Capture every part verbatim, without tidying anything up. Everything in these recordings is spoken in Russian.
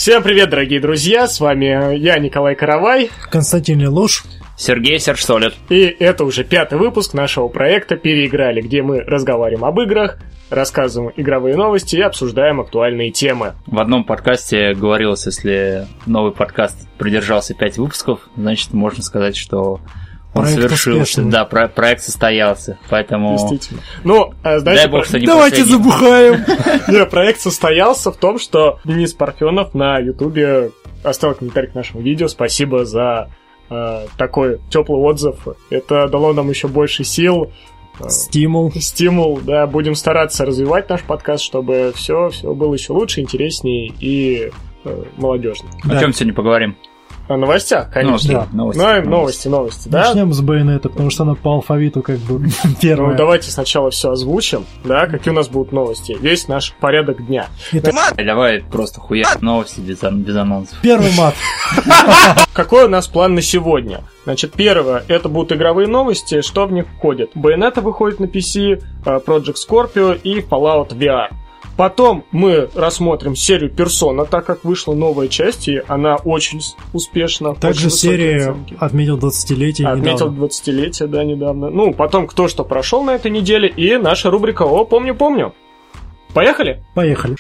Всем привет, дорогие друзья, с вами я, Николай Каравай, Константин Лелуш, Сергей Сержсолид. И это уже пятый выпуск нашего проекта «Переиграли», где мы разговариваем об играх, рассказываем игровые новости и обсуждаем актуальные темы. В одном подкасте говорилось, если новый подкаст продержался пять выпусков, значит, можно сказать, что он проект совершился. успешный. Да, про- проект состоялся, поэтому... Действительно. Ну, а, знаете, Дай бог, что не давайте последний. забухаем. Не, проект состоялся в том, что Денис Парфенов на Ютубе оставил комментарий к нашему видео. Спасибо за э, такой теплый отзыв. Это дало нам еще больше сил. э, Стимул. Стимул, да. Будем стараться развивать наш подкаст, чтобы все, все было еще лучше, интереснее и э, молодежно. О Да. чем сегодня поговорим? О новостях, конечно. Ну, окей, Да. новости, Ну, и новости. новости, новости, да? Начнем с Байонета, потому что она по алфавиту как бы первая. Ну, давайте сначала все озвучим, да, какие у нас будут новости. Весь наш порядок дня. Итак, Давай просто хуя новости без, ан- без анонсов. первый мат. Какой у нас план на сегодня? Значит, первое, это будут игровые новости, что в них входит. Bayonetta выходит на пи си, э, Project Scorpio и Fallout ви ар. Потом мы рассмотрим серию Persona, так как вышла новая часть, и она очень с- успешна. Также очень высокие серия оценки. отметил двадцатилетие Отметил недавно. двадцатилетие, да, недавно. Ну, потом кто что прошел на этой неделе, и наша рубрика «О, помню-помню». Поехали? Поехали.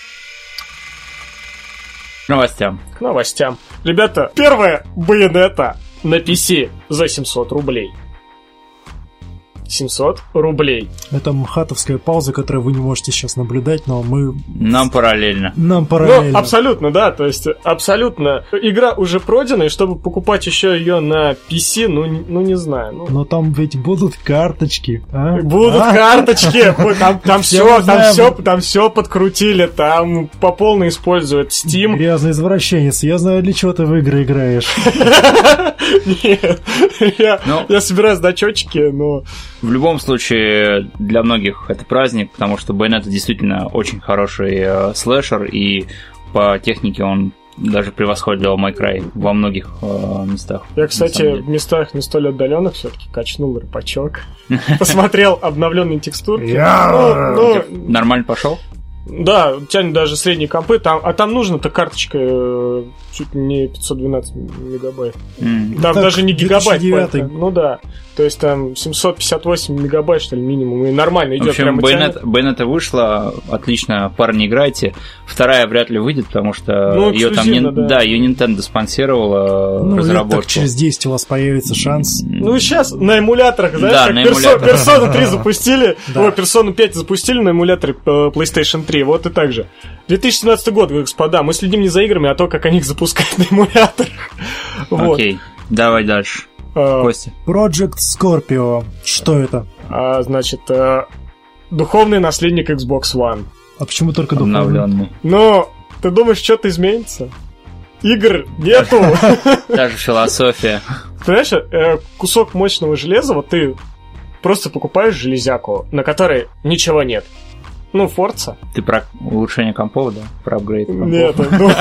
К новостям. К новостям. Ребята, первая Bayonetta на пи си за семьсот рублей. семьсот рублей. Это мхатовская пауза, которую вы не можете сейчас наблюдать, но мы... Нам параллельно. Нам Ну, параллельно. абсолютно, да, то есть абсолютно. Игра уже пройдена, и чтобы покупать еще ее на пи си, ну, не- ну не знаю. Ну, Но там ведь будут карточки. а? будут А? карточки, вот там, там Все все, там знаем. все, там все подкрутили, там по полной используют Steam. Грязный извращенец. Я знаю, для чего ты в игры играешь. Нет, я, Ну. я собираю значочки, но В любом случае, для многих это праздник, потому что Bayonetta действительно очень хороший э, слэшер, и по технике он даже превосходит Devil May Cry во многих э, местах. я, на кстати, самом деле. в местах не столь отдаленных все-таки качнул рыбачок, посмотрел обновленные текстурки. Я- Ну, ну, Нормально пошел? да, тянет даже средние компы, там, а там нужно-то карточка э, чуть ли не пятьсот двенадцать мегабайт. М. Там Так, даже не две гигабайт. тысячи девятый. поэтому- Ну да. То есть там семьсот пятьдесят восемь мегабайт, что ли, минимум. И нормально В идет общем, прямо тянет. Bayonetta, Bayonetta вышла, отлично, парни, играйте. Вторая вряд ли выйдет, потому что Ну, ее там эксклюзивно, не, да. ее Nintendo спонсировала Ну, лет разработку. так через десять у вас появится шанс. Ну, сейчас на эмуляторах, знаешь, Да, как на Персо- эмуляторах. Persona три запустили, Да. ой, Persona пять запустили на эмуляторе э, PlayStation три, вот и так же. две тысячи семнадцатый год, господа, мы следим не за играми, а то, как они их запускают на эмуляторах. Вот. Окей, давай дальше. Э, Костя. Project Scorpio. Что это? а, Значит, э, духовный наследник Xbox One. А почему только духовный? Обновленный. Но ты думаешь, что-то изменится? Игр нету. Та же философия. Понимаешь, э, кусок мощного железа, вот ты просто покупаешь железяку, на которой ничего нет. Ну, Forza. Ты про улучшение компов, да? Про апгрейд компов? Нет, ну... ну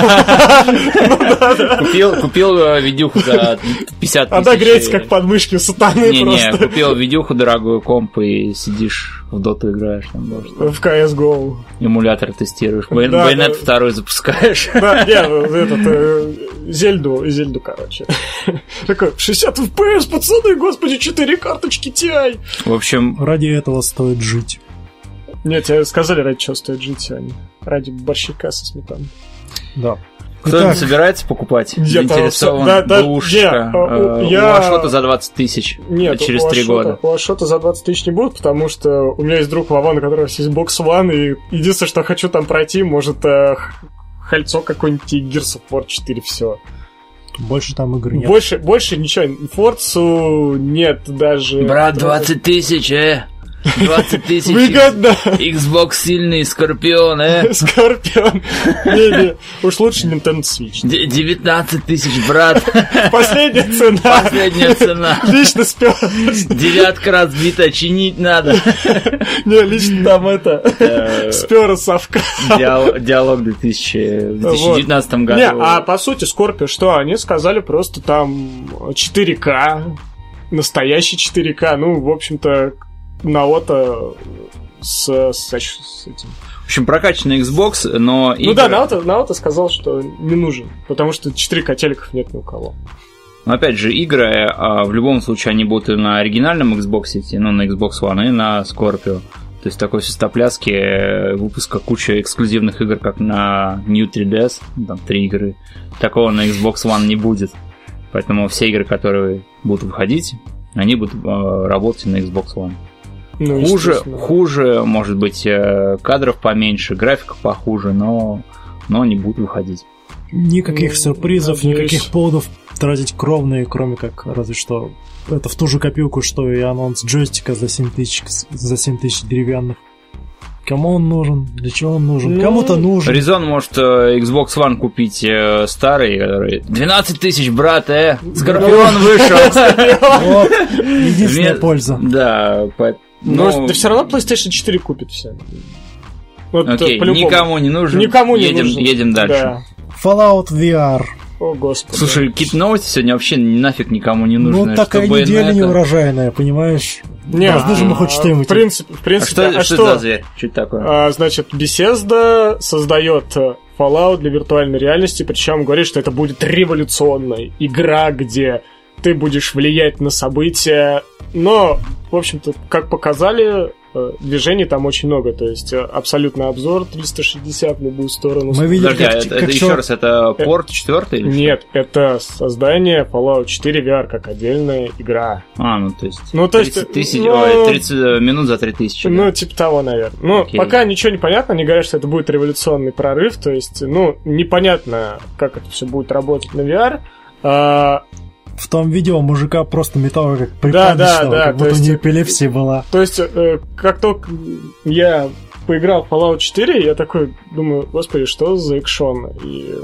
да, да. Купил, купил э, видюху за пятьдесят тысяч. Она греется как подмышки у сатаны Не-не, просто. купил видюху дорогую комп и сидишь в доту играешь. Там, может, В си эс го. эмулятор тестируешь. Бай- Да, Байонет да. второй запускаешь. Да, не, этот, э, Зельду, Зельду, короче. Такой, шестьдесят эф пи эс, пацаны, господи, четыре карточки ти ай. В общем, Ради этого стоит жить. Нет, тебе сказали, ради чего стоит жить сегодня. Ради борщика со сметаной. Да. кто-нибудь Итак, собирается покупать? Я-то Заинтересован? да, да, Бушка. не, а, у- Э, я- У Ашота за двадцать тысяч. Нет, через у три Ашота- года. У Ашота за двадцать тысяч не будет, потому что у меня есть друг Вован, у которого есть Xbox One, и единственное, что хочу там пройти, может, э, х- хальцо какое-нибудь и Gears of War четыре, все. больше там игр нет. Больше, больше ничего. Форцу нет даже... Брат, двадцать тысяч, э? двадцать тысяч. Выгодно! Xbox сильный, Скорпион, э? Скорпион. Не-не, уж лучше Nintendo Switch. Д- девятнадцать тысяч, брат. Последняя цена. Последняя цена. Лично спер. Девятка разбита, чинить надо. Не, лично там это... Э, Спер совка. диал- Диалог две тысячи в две тысячи девятнадцатом году. Не, а по сути, Скорпио, что? Они сказали просто там четыре ка, настоящий четыре ка. Ну, в общем-то, Наото с, с, с этим. В общем, прокачанный Xbox, но... Ну игры... да, Наото, Наото сказал, что не нужен, потому что четыре ка телеков нет ни у кого. Но опять же, игры, а, в любом случае, они будут и на оригинальном Xbox идти, ну, на Xbox One, и на Scorpio. То есть такой свистопляски выпуска куча эксклюзивных игр, как на New три ди эс, там три игры. Такого на Xbox One не будет. Поэтому все игры, которые будут выходить, они будут э, работать на Xbox One. Ну, хуже, хуже, может быть, кадров поменьше, графика похуже, но, но они будут выходить. Никаких ну, надеюсь. сюрпризов, никаких поводов тратить кровные, кроме как разве что это в ту же копилку, что и анонс джойстика за семь тысяч, за семь тысяч деревянных. Кому он нужен? Для чего он нужен? Ну, кому-то нужен. Резон может Xbox One купить э, старый, который... двенадцать тысяч, брат, э! Скорпион вышел! Единственная польза. Да, поэтому... Но да все равно PlayStation четыре купит все. Вот, окей, никому не нужен. Никому не едем, нужен. Едем дальше. Да. Fallout ви ар. О, господи. Слушай, какие-то новости сегодня вообще нафиг никому не нужны. Ну, такая неделя это... неурожайная, понимаешь? Не, должны же мы хоть что-нибудь. В принципе, в принципе. А что, а что, что за зверь? Что это такое? А, значит, Bethesda создает Fallout для виртуальной реальности, причем говорит, что это будет революционная игра, где ты будешь влиять на события. Но, в общем-то, как показали, движений там очень много, то есть абсолютно обзор триста шестьдесят в любую сторону. Мы видели, Подожди, как, это, как это еще раз, это порт четвертый или Нет, что? Это создание Fallout четыре ви ар как отдельная игра. А, ну то есть, ну, то есть тридцать тысяч, ну, ой, тридцать минут за три тысячи. Ну, да? типа того, наверное. Ну, окей. Пока ничего не понятно, они говорят, что это будет революционный прорыв, то есть, ну, непонятно, как это все будет работать на ви ар. А... В том видео мужика просто металл как припадочного, да, да, да, как будто есть, у него эпилепсия была. То есть, э, как только я поиграл в Fallout четыре, я такой думаю, господи, что за экшон? И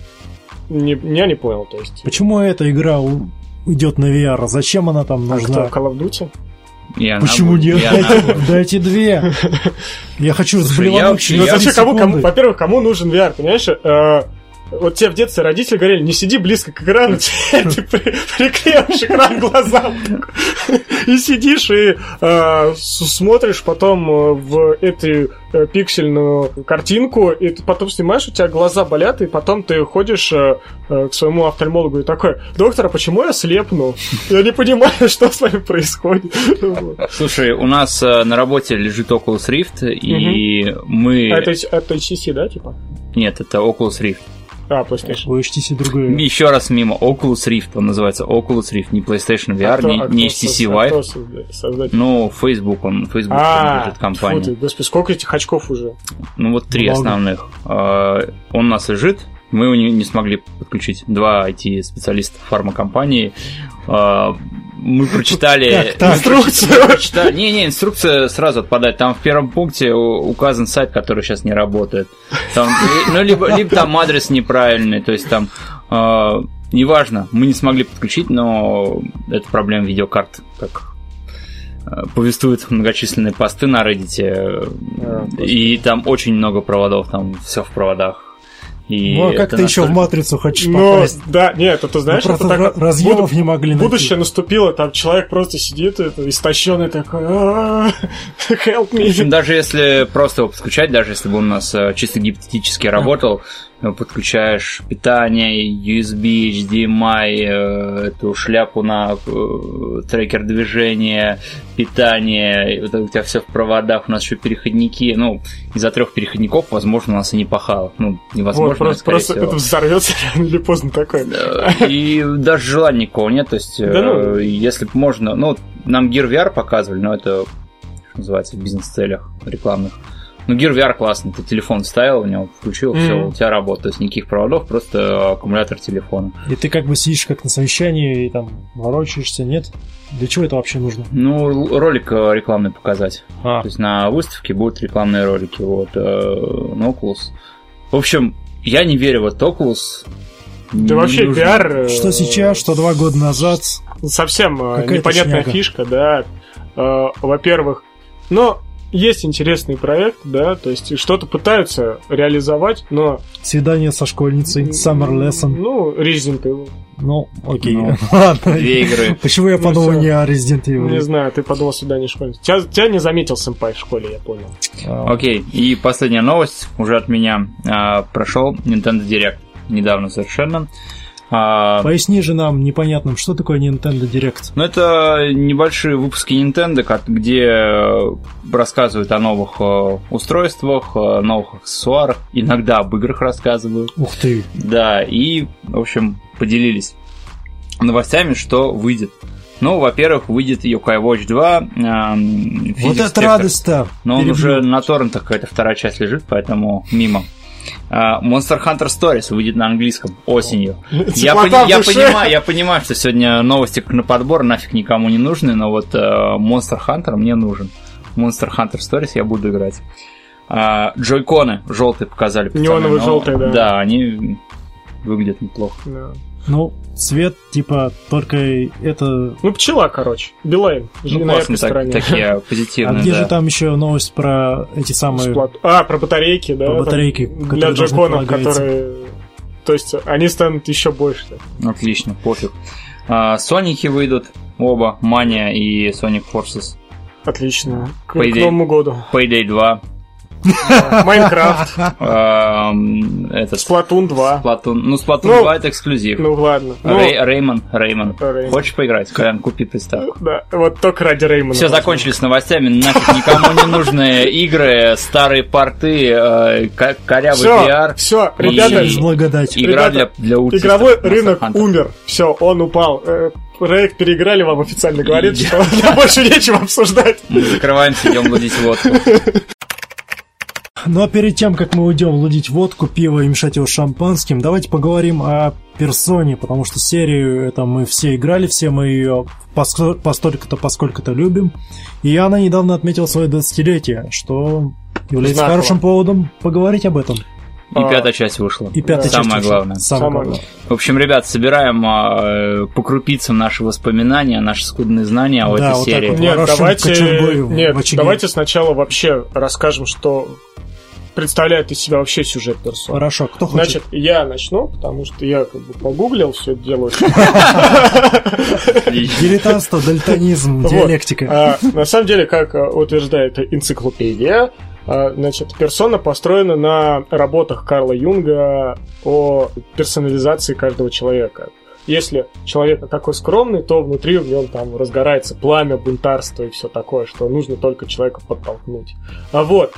не, я не понял, то есть... Почему эта игра идет на ви ар? Зачем она там нужна? А кто, Call of Duty? Я Почему набу... нет? Я дайте, дайте две. Я хочу сблевануть через ну, зачем, кому, кому, во-первых, кому нужен ви ар, понимаешь? Э, вот тебе в детстве родители говорили, не сиди близко к экрану, ты приклеиваешь экран к глазам и сидишь и э, смотришь потом в эту э, пиксельную картинку, и ты потом снимаешь, у тебя глаза болят, и потом ты ходишь э, э, к своему офтальмологу и такой, доктор, а почему я слепну? Я не понимаю, что с вами происходит. Слушай, у нас э, на работе лежит Oculus Rift, и угу. мы... А это, это эйч ти си, да, типа? Нет, это Oculus Rift. А, PlayStation. У эйч ти си другое. Еще раз мимо. Oculus Rift, он называется Oculus Rift, не PlayStation ви ар, а кто, не, а не эйч ти си Vive. А ну, Facebook, он, Facebook а, лежит компания. Фу ты, господи, сколько этих очков уже? Ну, вот три Много. основных. Он у нас лежит, мы его не, не смогли подключить. Два ай ти-специалиста фармакомпании. Мы прочитали... Инструкцию? Не-не, инструкция сразу отпадает. Там в первом пункте указан сайт, который сейчас не работает. Там, ну, либо, либо там адрес неправильный, то есть там... Э, неважно, мы не смогли подключить, но это проблема видеокарт, как э, повествуют многочисленные посты на Reddit. А, и там очень много проводов, там все в проводах. И ну, а как ты настолько... еще в матрицу хочешь ну, попасть? Да, нет, это знаешь, ну, это так... Разъемов буду... не могли найти. Будущее наступило, там человек просто сидит, это, истощенный такой, help me. В общем, даже если просто его подключать, даже если бы он у нас чисто гипотетически работал, подключаешь питание, ю эс би, эйч ди эм ай, эту шляпу на трекер движения, питание, вот у тебя все в проводах, у нас еще переходники, ну, из-за трех переходников, возможно, у нас и не пахало. Ну, невозможно, вот, просто, просто это взорвется рано или поздно такое. И даже желания никого нет, то есть, да ну. если бы можно, ну, нам Gear ви ар показывали, но это, что называется, в бизнес-целях рекламных. Ну, Gear ви ар классный, ты телефон вставил, у него включил, mm-hmm. все, у тебя работает, то есть никаких проводов, просто аккумулятор телефона. И ты как бы сидишь как на совещании и там ворочаешься, нет? Для чего это вообще нужно? Ну, ролик рекламный показать. А. То есть на выставке будут рекламные ролики, вот, на Oculus. В общем, я не верю в этот Oculus. Да вообще пи ар... Что сейчас, что два года назад. Совсем непонятная фишка, да. Во-первых, но... Есть интересный проект, да, то есть что-то пытаются реализовать, но... Свидание со школьницей, Summer Lesson. Ну, Resident Evil. Ну, окей. Ну, Ладно. Две игры. Почему я Ну, подумал всё. не о Resident Evil? Не знаю, ты подумал свидание школьницы. Тебя, тебя не заметил сэмпай в школе, я понял. А, Окей, и последняя новость уже от меня. А, прошел Nintendo Direct. Недавно совершенно. А, Поясни же нам, непонятным, что такое Nintendo Direct? Ну, это небольшие выпуски Nintendo, как- где рассказывают о новых э, устройствах, о новых аксессуарах, иногда об играх рассказывают. Ух ты. Да, и, в общем, поделились новостями, что выйдет. Ну, во-первых, выйдет Yokai Watch два. эм, Вот Physics это Spectre. радость-то! Но он Перебью. уже на торрентах какая-то вторая часть лежит, поэтому мимо. А, Monster Hunter Stories выйдет на английском осенью. Я, пони- Теплота в я душе. понимаю, я понимаю, что сегодня новости на подбор нафиг никому не нужны, но вот э, Monster Hunter мне нужен. Monster Hunter Stories я буду играть. А, Джойконы желтые показали. пацаны, Неоновые но- желтые, да. Да, они выглядят неплохо. Да. Ну, цвет, типа, только это... Ну, пчела, короче. Билайн. Ну, на классно, этой так- стороне. такие А позитивные, где да. же там еще новость про эти самые... Сплат- А, про батарейки, да? Про там батарейки, Для которые должны джойконов, полагаться. которые... То есть они станут еще больше. Отлично, пофиг. А, Соники выйдут оба, Mania и Sonic Forces. Отлично. К, По к идее- Новому году. Payday два. Майнкрафт. эм, Этот Сплатун два. Splatoon. Ну, Splatoon Ну, два это эксклюзив. Ну, ладно. Ну, Рей- Реймон, Реймон. Реймон. Хочешь поиграть? Колян, купи приставку. да, вот только ради Реймона. Все, закончили с новостями. Нафиг никому не нужные игры, старые порты, э, ко- корявый Все, ви ар. все, И- ребята, С благодать. Игра Ребята, для, для аутистов. игровой Monster рынок Hunter. умер. Все, он упал. Э, Проект переиграли, вам официально говорит, И- что больше нечего обсуждать. Мы закрываемся, идем лудить водку. Ну а перед тем, как мы уйдем лудить водку, пиво и мешать его шампанским, давайте поговорим о персоне, потому что серию это мы все играли, все мы ее постолько-то, поскольку-то любим. И она недавно отметила свое двадцатилетие, что является Знаково. хорошим поводом поговорить об этом. И А, пятая часть вышла. И пятая часть Самое вышла. главное. Самое Самое главное. В общем, ребят, собираем э, по крупицам наши воспоминания, наши скудные знания о Да, этой вот так серии. вот. Нет, Хорошим давайте, кочергой в нет, очаге. давайте сначала вообще расскажем, что представляет из себя вообще сюжет персоны. Хорошо, кто хочет? Значит, я начну, потому что я как бы погуглил все это дело. Дилетантство, дальтонизм, Вот. диалектика. А, на самом деле, как а, утверждает энциклопедия, а, значит, персона построена на работах Карла Юнга о персонализации каждого человека. Если человек такой скромный, то внутри в нем там разгорается пламя, бунтарство и все такое, что нужно только человека подтолкнуть. А вот.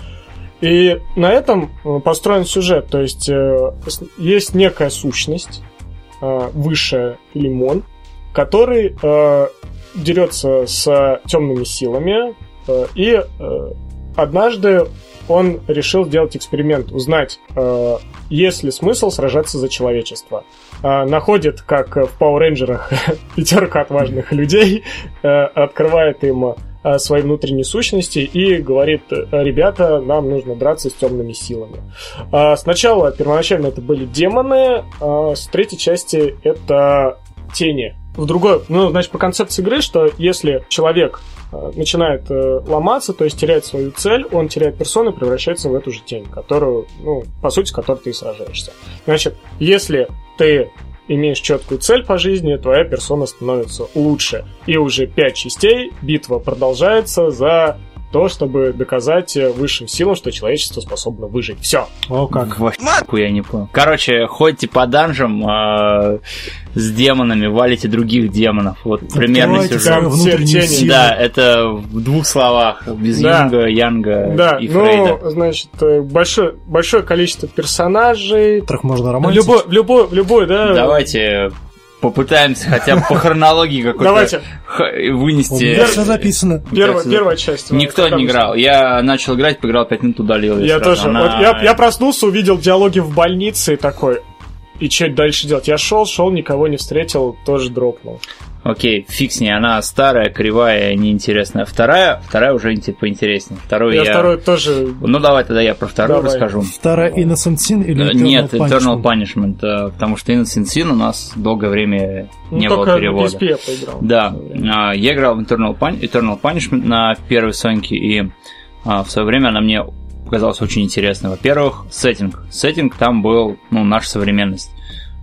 И на этом э, построен сюжет, то есть э, с- есть некая сущность, э, высшая лимон, который э, дерется с темными силами, э, и э, однажды он решил сделать эксперимент, узнать, э, есть ли смысл сражаться за человечество. Э, находит, как в Power Рейнджерах, пятерка отважных людей, э, открывает им э, свои внутренние сущности и говорит: ребята, нам нужно драться с темными силами. Э, сначала, первоначально это были демоны, э, с третьей части это тени. В другой, ну, значит, по концепции игры, что если человек э, начинает э, ломаться, то есть теряет свою цель, он теряет персону и превращается в эту же тень, которую, ну, по сути, с которой ты и сражаешься. Значит, если ты имеешь четкую цель по жизни, твоя персона становится лучше. И уже пять частей, битва продолжается за то, чтобы доказать высшим силам, что человечество способно выжить. Все. О, как. Вообще, я не понял. Короче, ходите по данжам э, с демонами, валите других демонов. Вот примерный Открывайте сюжет. свою Там внутреннюю все тени. силу. Да, это в двух словах. Без Да. Юнга, Янга Да, и ну, Фрейда. значит, э, большое, большое количество персонажей. Которых можно В романтить. любой, в любой, в любой, да. Давайте попытаемся хотя бы по хронологии какой-то Давайте. х- У вынести. меня все записано. Первая, Так, первая часть. Никто Как не вам играл. Я начал играть, поиграл пять минут, удалил. её Я сразу. тоже. Она- Вот я, я проснулся, увидел диалоги в больнице и такой. И что дальше делать? Я шел, шел, никого не встретил, тоже дропнул. Окей, фиг с ней, она старая, кривая, неинтересная. Вторая, вторая уже инте- поинтереснее. Вторую Я, я... второй тоже. Ну давай тогда я про вторую Давай. расскажу. Вторая Innocent Sin или Э, Eternal Нет, Eternal Punishment? Punishment, э, потому что Innocent Sin у нас долгое время Ну, не только было на перевода. пи эс пи я поиграл. Да, а, я играл в Eternal, Pun- Eternal Punishment на первой Соньке, и а, в свое время она мне показалась очень интересной. Во-первых, сеттинг. Сеттинг там был, ну, наша современность.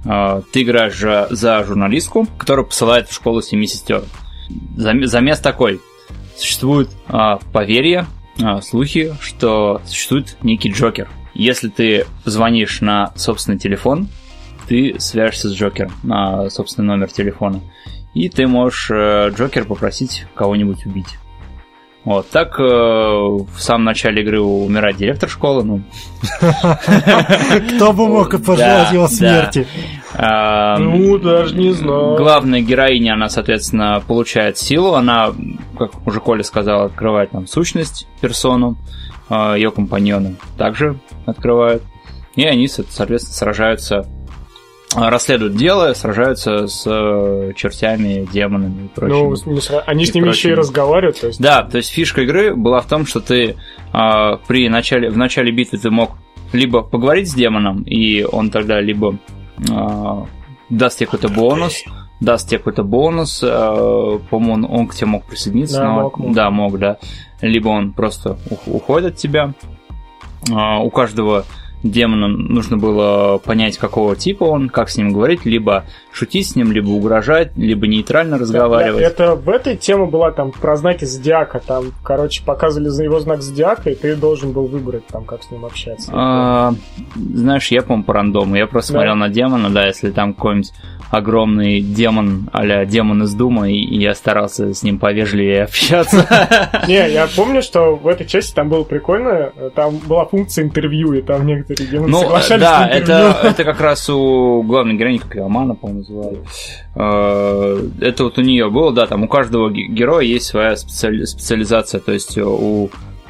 Ты играешь же за журналистку, которая посылает в школу семи сестер. Замес такой. Существует поверье, слухи, что существует некий Джокер. Если ты позвонишь на собственный телефон, ты свяжешься с Джокером на собственный номер телефона. И ты можешь Джокера попросить кого-нибудь убить. Вот, так э, в самом начале игры умирает директор школы, ну... Кто бы мог пожелать его смерти? Ну, даже не знаю. Главная героиня, она, соответственно, получает силу, она, как уже Коля сказал, открывает там сущность, персону, ее компаньоны также открывают, и они, соответственно, сражаются, расследуют дело, сражаются с чертями, демонами и прочим. Ну, они с ними еще и разговаривают. То есть... Да, то есть фишка игры была в том, что ты э, при начале, в начале битвы ты мог либо поговорить с демоном, и он тогда либо э, даст тебе какой-то бонус, даст тебе какой-то бонус, э, по-моему, он, он к тебе мог присоединиться. Да, но, мог, мог. Да, мог, да. Либо он просто уходит от тебя. Э, у каждого демона нужно было понять, какого типа он, как с ним говорить, либо шутить с ним, либо угрожать, либо нейтрально разговаривать. Это в этой теме была там про знаки зодиака, там, короче, показывали за его знак зодиака, и ты должен был выбрать, там, как с ним общаться. А, знаешь, я, по-моему, по рандому, я просто да. смотрел на демона, да, если там какой-нибудь огромный демон, а-ля демон из Дума, и я старался с ним повежливее общаться. Не, я помню, что в этой части там было прикольно, там была функция интервью, и там некоторые демоны соглашались на интервью. Ну, да, это как раз у главной героини, как ее Амана, по-моему, называли. Это вот у нее было, да, там у каждого героя есть своя специализация, то есть у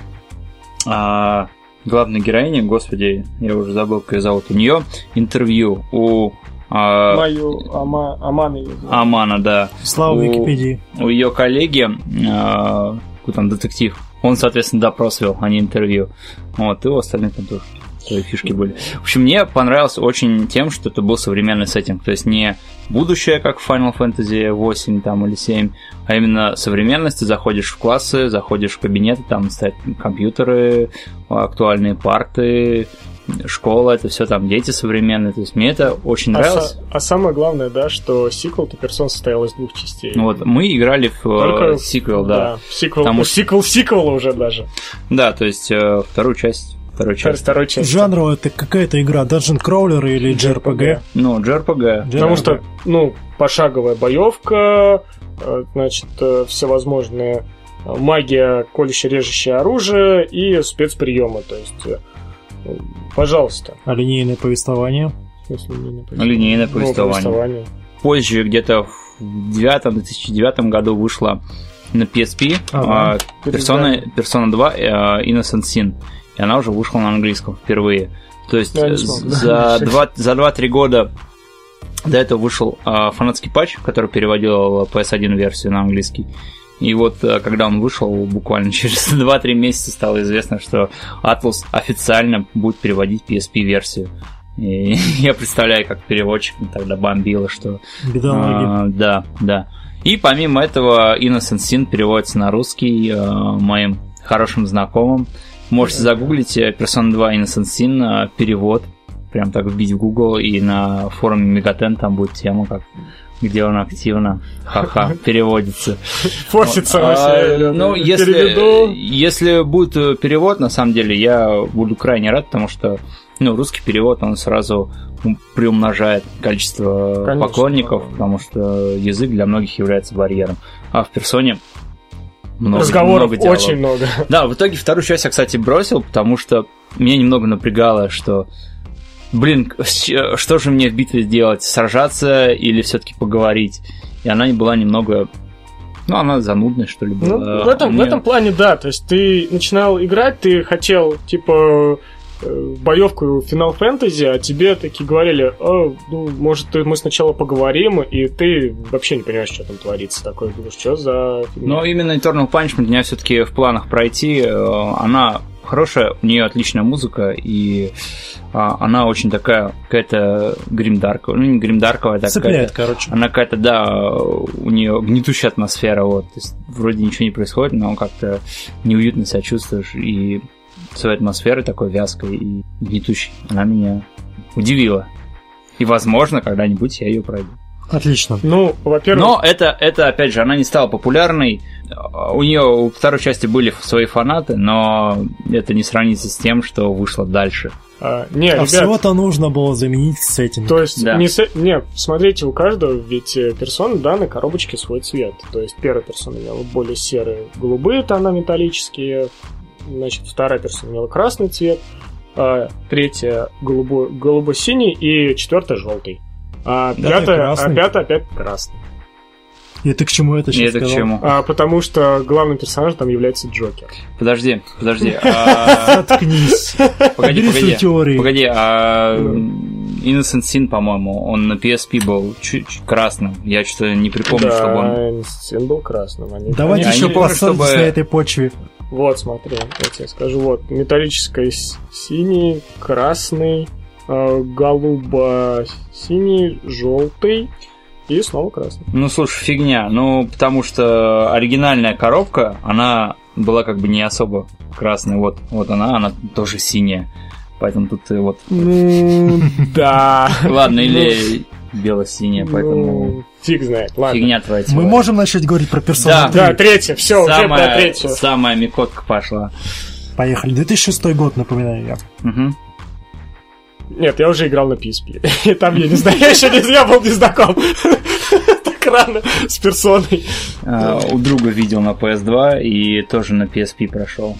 главной героини, господи, я уже забыл, как ее зовут, у нее интервью, у Мою Ама, Амана. Амана, да. Слава у, Википедии. У ее коллеги, э, какой там детектив, он, соответственно, допрос вел, а не интервью. Вот, и у остальных там тоже свои фишки были. В общем, мне понравилось очень тем, что это был современный сеттинг. То есть не будущее, как в Final Fantasy восемь там, или семь, а именно современность. Ты заходишь в классы, заходишь в кабинеты, там стоят компьютеры, актуальные парты, школа, это все там дети современные, то есть мне это очень а нравилось. Са- а самое главное, да, что сиквел-то персон состоял из двух частей. Ну вот, мы играли в Только... сиквел, да. да сиквел, Потому... сиквел сиквела уже даже. Да, то есть э, вторую часть. Вторую часть. Вторую часть. Жанр это какая-то игра, Dungeon Crawler или джей ар пи джи? Ну, джей ар пи джи. Потому что, ну, пошаговая боевка, значит, всевозможные магия, колюще-режущее оружие и спецприемы, то есть... Пожалуйста. А линейное повествование? В смысле линейное повествование? Линейное повествование. Ну, повествование. Позже, где-то в девятом, две тысячи девятом году вышла на пи эс пи ага. Persona, Persona два Innocent Sin. И она уже вышла на английском впервые. То есть да, за, два, за два-три года до этого вышел фанатский патч, который переводил пи эс один версию на английский. И вот, когда он вышел, буквально через два-три месяца стало известно, что Atlus официально будет переводить пи эс пи-версию. И я представляю, как переводчик тогда бомбило, что... Бедолаги. А, да, да. И помимо этого, Innocent Sin переводится на русский а, моим хорошим знакомым. Можете загуглить Persona два Innocent Sin, перевод. Прям так вбить в Google, и на форуме Мегатен там будет тема, как... где он активно, ха-ха, переводится. Форсится вообще. А, ну, если, если будет перевод, на самом деле, я буду крайне рад, потому что ну, русский перевод, он сразу приумножает количество Конечно, поклонников, да. Потому что язык для многих является барьером. А в персоне много, разговоров много диалогов. Очень много. Да, в итоге вторую часть я, кстати, бросил, потому что меня немного напрягало, что блин, что же мне в битве сделать? Сражаться или все-таки поговорить? И она не была немного... Ну, она занудная, что ли, была. Ну, в, этом, мне... в этом плане, да. То есть ты начинал играть, ты хотел, типа, боевку Final Fantasy, а тебе такие говорили, о, ну, может, мы сначала поговорим, и ты вообще не понимаешь, что там творится. Такой, думаешь, что за... Но именно Eternal Punishment у меня все-таки в планах пройти. Она хорошая, у нее отличная музыка, и она очень такая, какая-то гримдарковая, ну не гримдарковая, а цепляет, короче. Она какая-то, да, у нее гнетущая атмосфера, вот, то есть вроде ничего не происходит, но как-то неуютно себя чувствуешь, и своей атмосферой такой вязкой и гнетущей, она меня удивила. И, возможно, когда-нибудь я ее пройду. Отлично. Ну, во-первых... Но это, это, опять же, она не стала популярной. У нее у второй части были свои фанаты, но это не сравнится с тем, что вышло дальше. А, не, а ребят, всего-то нужно было заменить сеттинг. То есть, Да. не, се- не, смотрите, у каждого ведь персона, да, на коробочке свой цвет. То есть, первая персона имела более серые, голубые тона металлические. Значит, вторая персона имела красный цвет. А, третья голубой, голубо-синий и четвертая желтый. А Да, пятая, красный. а пятая опять красный. И ты к чему это И сейчас это к сказал? чему? А, потому что главным персонажем там является Джокер. Подожди, подожди. а, Заткнись. Погоди, Бери свою погоди. теорию. Погоди, а Innocent Sin, по-моему, он на пи эс пи был чуть красным. Я что-то не припомню, да, чтобы он... Сын был красным. Они, Давайте Я еще не помню, поссоритесь чтобы- на этой почве. Вот, смотри, я тебе скажу. Вот, металлический с- синий, красный, э, голубо-синий, желтый и снова красный. Ну, слушай, фигня. Ну, потому что оригинальная коробка, она была как бы не особо красная. Вот, вот она, она тоже синяя. Поэтому тут и вот... Ну, да. Ладно, или бело-синяя, поэтому... Ну, фиг знает, ладно. Фигня твоя. Мы можем начать говорить про персонажа. Да. Да, третья, все, уже про Самая, третью. самая микотка пошла. Поехали. две тысячи шестой год, напоминаю я. Угу. Нет, я уже играл на пи эс пи. И там, я не знаю, я еще не, я был не знаком так рано с персоной. А, у друга видел на пи эс два и тоже на пи эс пи прошел.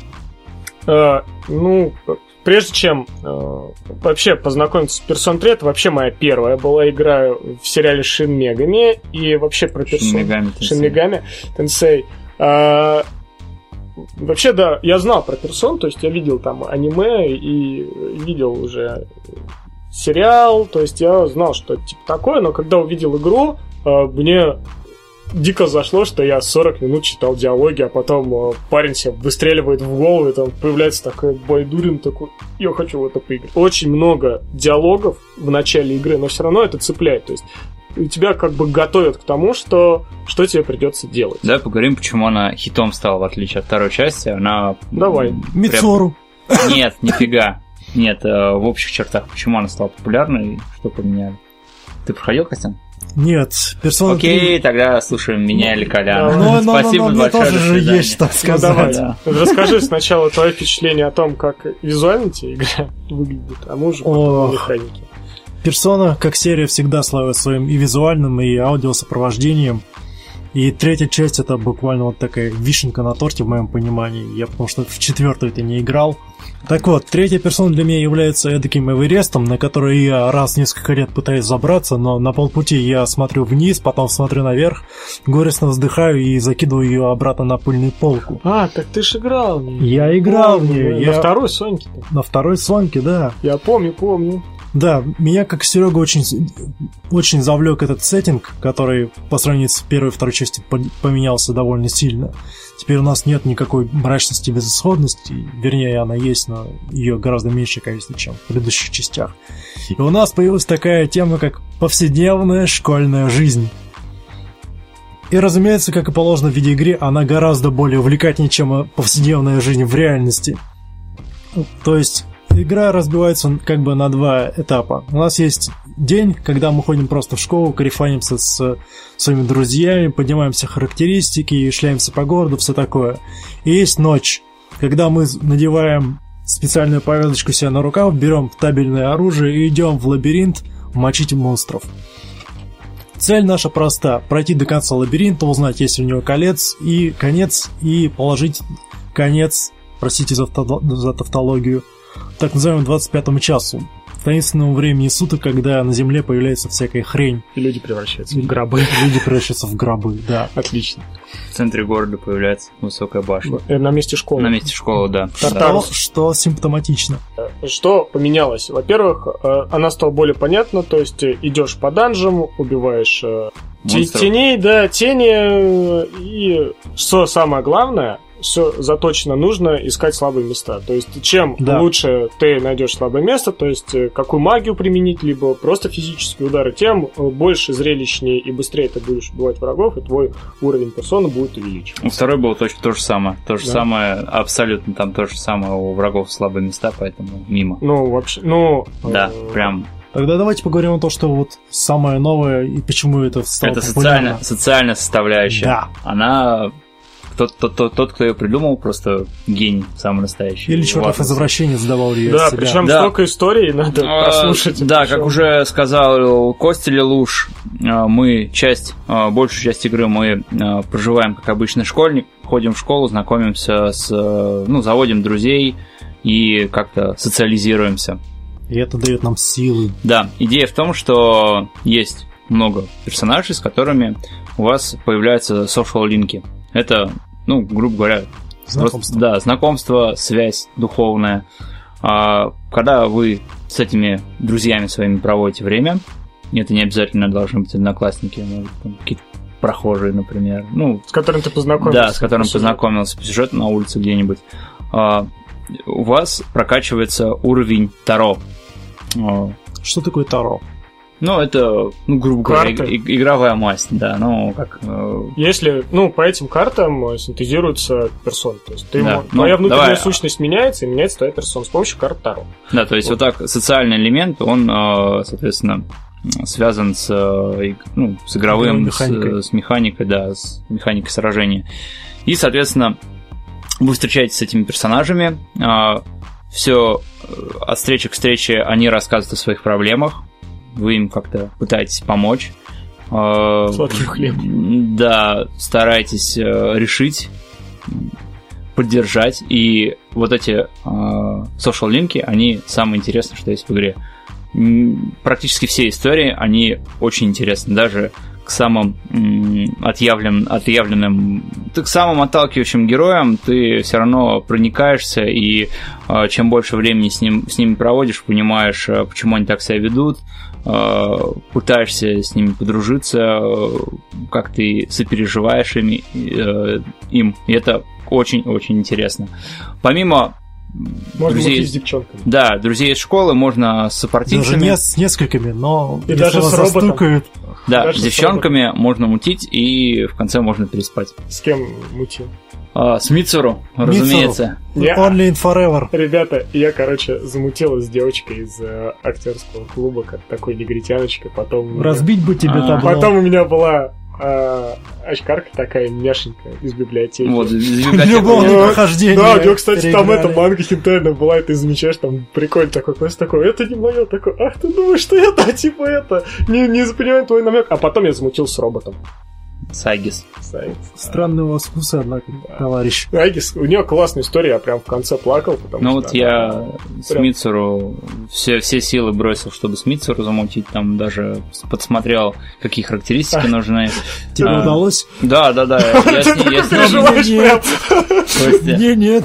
А, ну, прежде чем э, вообще познакомиться с Персон три, это вообще моя первая была игра в сериале Шин Мегами и вообще про персон. Шин Мегами Тенсей. Шин Мегами Тенсей. А, вообще, да, я знал про персон, то есть я видел там аниме и видел уже сериал, то есть я знал, что это типа такое, но когда увидел игру, э, мне дико зашло, что я сорок минут читал диалоги, а потом э, парень себе выстреливает в голову, и там появляется такой Байдурин, такой, я хочу в это поиграть. Очень много диалогов в начале игры, но все равно это цепляет, то есть у тебя как бы готовят к тому, что, что тебе придется делать. Давай поговорим, почему она хитом стала, в отличие от второй части. Она... Давай. прям- Мицору. Нет, нифига. Нет, э, в общих чертах, почему она стала популярной, что поменяли. Ты проходил, Костян? Нет, персона Окей, тогда слушаем меня или Коляна. Ну, ну, Спасибо ну, ну, мне большое, тоже до же свидания. есть что Ну, сказать. давай. Да. Расскажи сначала твое впечатление о том, как визуально тебе игра выглядит, а мы уже Ох. по механике. Персона, как серия, всегда славится своим и визуальным, и аудиосопровождением. И третья часть — это буквально вот такая вишенка на торте, в моем понимании. Я потому что в четвертую-то не играл. Так вот, третья персона для меня является эдаким эверестом, на который я раз в несколько лет пытаюсь забраться, но на полпути я смотрю вниз, потом смотрю наверх, горестно вздыхаю и закидываю ее обратно на пыльную полку. А, так ты ж играл в нее. Я играл в нее. На Я... второй Соньке-то. На второй Соньке, да. Я помню, помню. Да, меня, как Серега, очень, очень завлек этот сеттинг, который по сравнению с первой и второй частью по- поменялся довольно сильно. Теперь у нас нет никакой мрачности и безысходности, вернее, она есть, но ее гораздо меньшее количество, чем в предыдущих частях. И у нас появилась такая тема, как повседневная школьная жизнь. И, разумеется, как и положено в видеоигре, она гораздо более увлекательнее, чем повседневная жизнь в реальности. То есть игра разбивается как бы на два этапа. У нас есть день, когда мы ходим просто в школу, корефанимся с своими друзьями, поднимаем все характеристики, шляемся по городу, все такое. И есть ночь, когда мы надеваем специальную повязочку себе на рукав, берем табельное оружие и идем в лабиринт мочить монстров. Цель наша проста: пройти до конца лабиринта, узнать, есть ли у него колец и конец, и положить конец, простите за, тавто- за тавтологию, так называемому двадцать пятому часу, таинственному времени суток, когда на Земле появляется всякая хрень. И люди превращаются в гробы. Люди превращаются в гробы, да. Отлично. В центре города появляется высокая башня. Э, На месте школы. На месте школы, да. Тартар. Да. Что, что симптоматично. Что поменялось? Во-первых, э, она стала более понятна, то есть э, идешь по данжам, убиваешь э, те- Монстров. теней, да, тени, э, и что самое главное, все заточено, нужно искать слабые места. То есть, чем Да. лучше ты найдешь слабое место, то есть, э, какую магию применить, либо просто физические удары, тем э, больше, зрелищнее и быстрее ты будешь убивать врагов, и твой уровень персоны будет увеличиваться. У второй было точно то же самое. То же Да. самое, абсолютно там то же самое, у врагов слабые места, поэтому мимо. Ну, вообще, ну... Да, э, прям Тогда давайте поговорим о том, что вот самое новое и почему это стало Это популярно. социальная, социальная составляющая. Да. Она... Тот, тот, тот, тот, кто ее придумал, просто гений, самый настоящий. Или чертов извращенец добавил ее Да, из себя. причем Да. столько историй надо А, прослушать. Да, Причем- как уже сказал Костя Лелуш, а, мы часть, а, большую часть игры мы а, проживаем как обычный школьник, ходим в школу, знакомимся с, а, ну, заводим друзей и как-то социализируемся. И это дает нам силы. Да, идея в том, что есть много персонажей, с которыми у вас появляются social линки. Это, ну, грубо говоря, Знакомство. просто- да, знакомство, связь духовная. А, когда вы с этими друзьями своими проводите время, это не обязательно должны быть одноклассники, может, там, какие-то прохожие, например. Ну, С которым ты познакомился. да, с которым по сюжету. познакомился по сюжету на улице где-нибудь. А, у вас прокачивается уровень Таро. А, Что такое Таро? Ну, это, ну, грубо говоря, Карты. и- игровая масть, да, ну, как... э, Если, ну, по этим картам э, синтезируется персон. То есть ты, Да, мо- ну, твоя внутренняя давай. сущность меняется, и меняется твоя персона с помощью карт Таро. Да, то есть вот так социальный элемент, он, э, соответственно, связан с, э, иг- ну, с игровым, Игровой механикой. С, с механикой, да, с механикой сражения. И, соответственно, вы встречаетесь с этими персонажами, все от встречи к встрече они рассказывают о своих проблемах, вы им как-то пытаетесь помочь. Э, Сладким хлебом. Да, стараетесь э, решить, поддержать. И вот эти social линки, они самое интересное, что есть в игре. М, Практически все истории, они очень интересны. Даже к самым м, отъявлен, отъявленным, ты к самым отталкивающим героям ты все равно проникаешься, и э, чем больше времени с, ним, с ними проводишь, понимаешь, э, почему они так себя ведут, э, пытаешься с ними подружиться, э, как ты сопереживаешь ими, э, им. И это очень-очень интересно. Помимо Можно друзей, мутить с девчонками. да, друзей из школы, можно с Даже сопартийцами. не с несколькими, но И если даже вас с роботом. застукают, Да, Даже с с девчонками можно мутить, и в конце можно переспать. С кем мутил? А, с Мицуру, разумеется. Я- only in forever. Ребята, я, короче, замутила с девочкой из э, актерского клуба, как такой негритяночкой, потом... у меня- Разбить бы тебе А, табло. Потом у меня была э, очкарка такая няшенькая из библиотеки. Вот, из библиотеки. Любовное Ну, прохождение. Да, у него, кстати, там переиграли. это манга хентайная была, и ты замечаешь, там прикольно такой класс такой, это не мое, такой, ах, ты думаешь, что это, а типа это, не, не понимаю твой намек. А потом я замутил с роботом. Сайгис. Сайт. Странные у вас вкусы, однако, товарищ. Агис, у нее классная история, я прям в конце плакал, потому Ну что... вот она- я с прям- Мицуру все, все силы бросил, чтобы с Мицуру замутить, там даже подсмотрел, какие характеристики нужны. Тебе А, удалось? Да, да, да. Я с ней- я с ней- Переживаешь прям. Костя. Мне нет.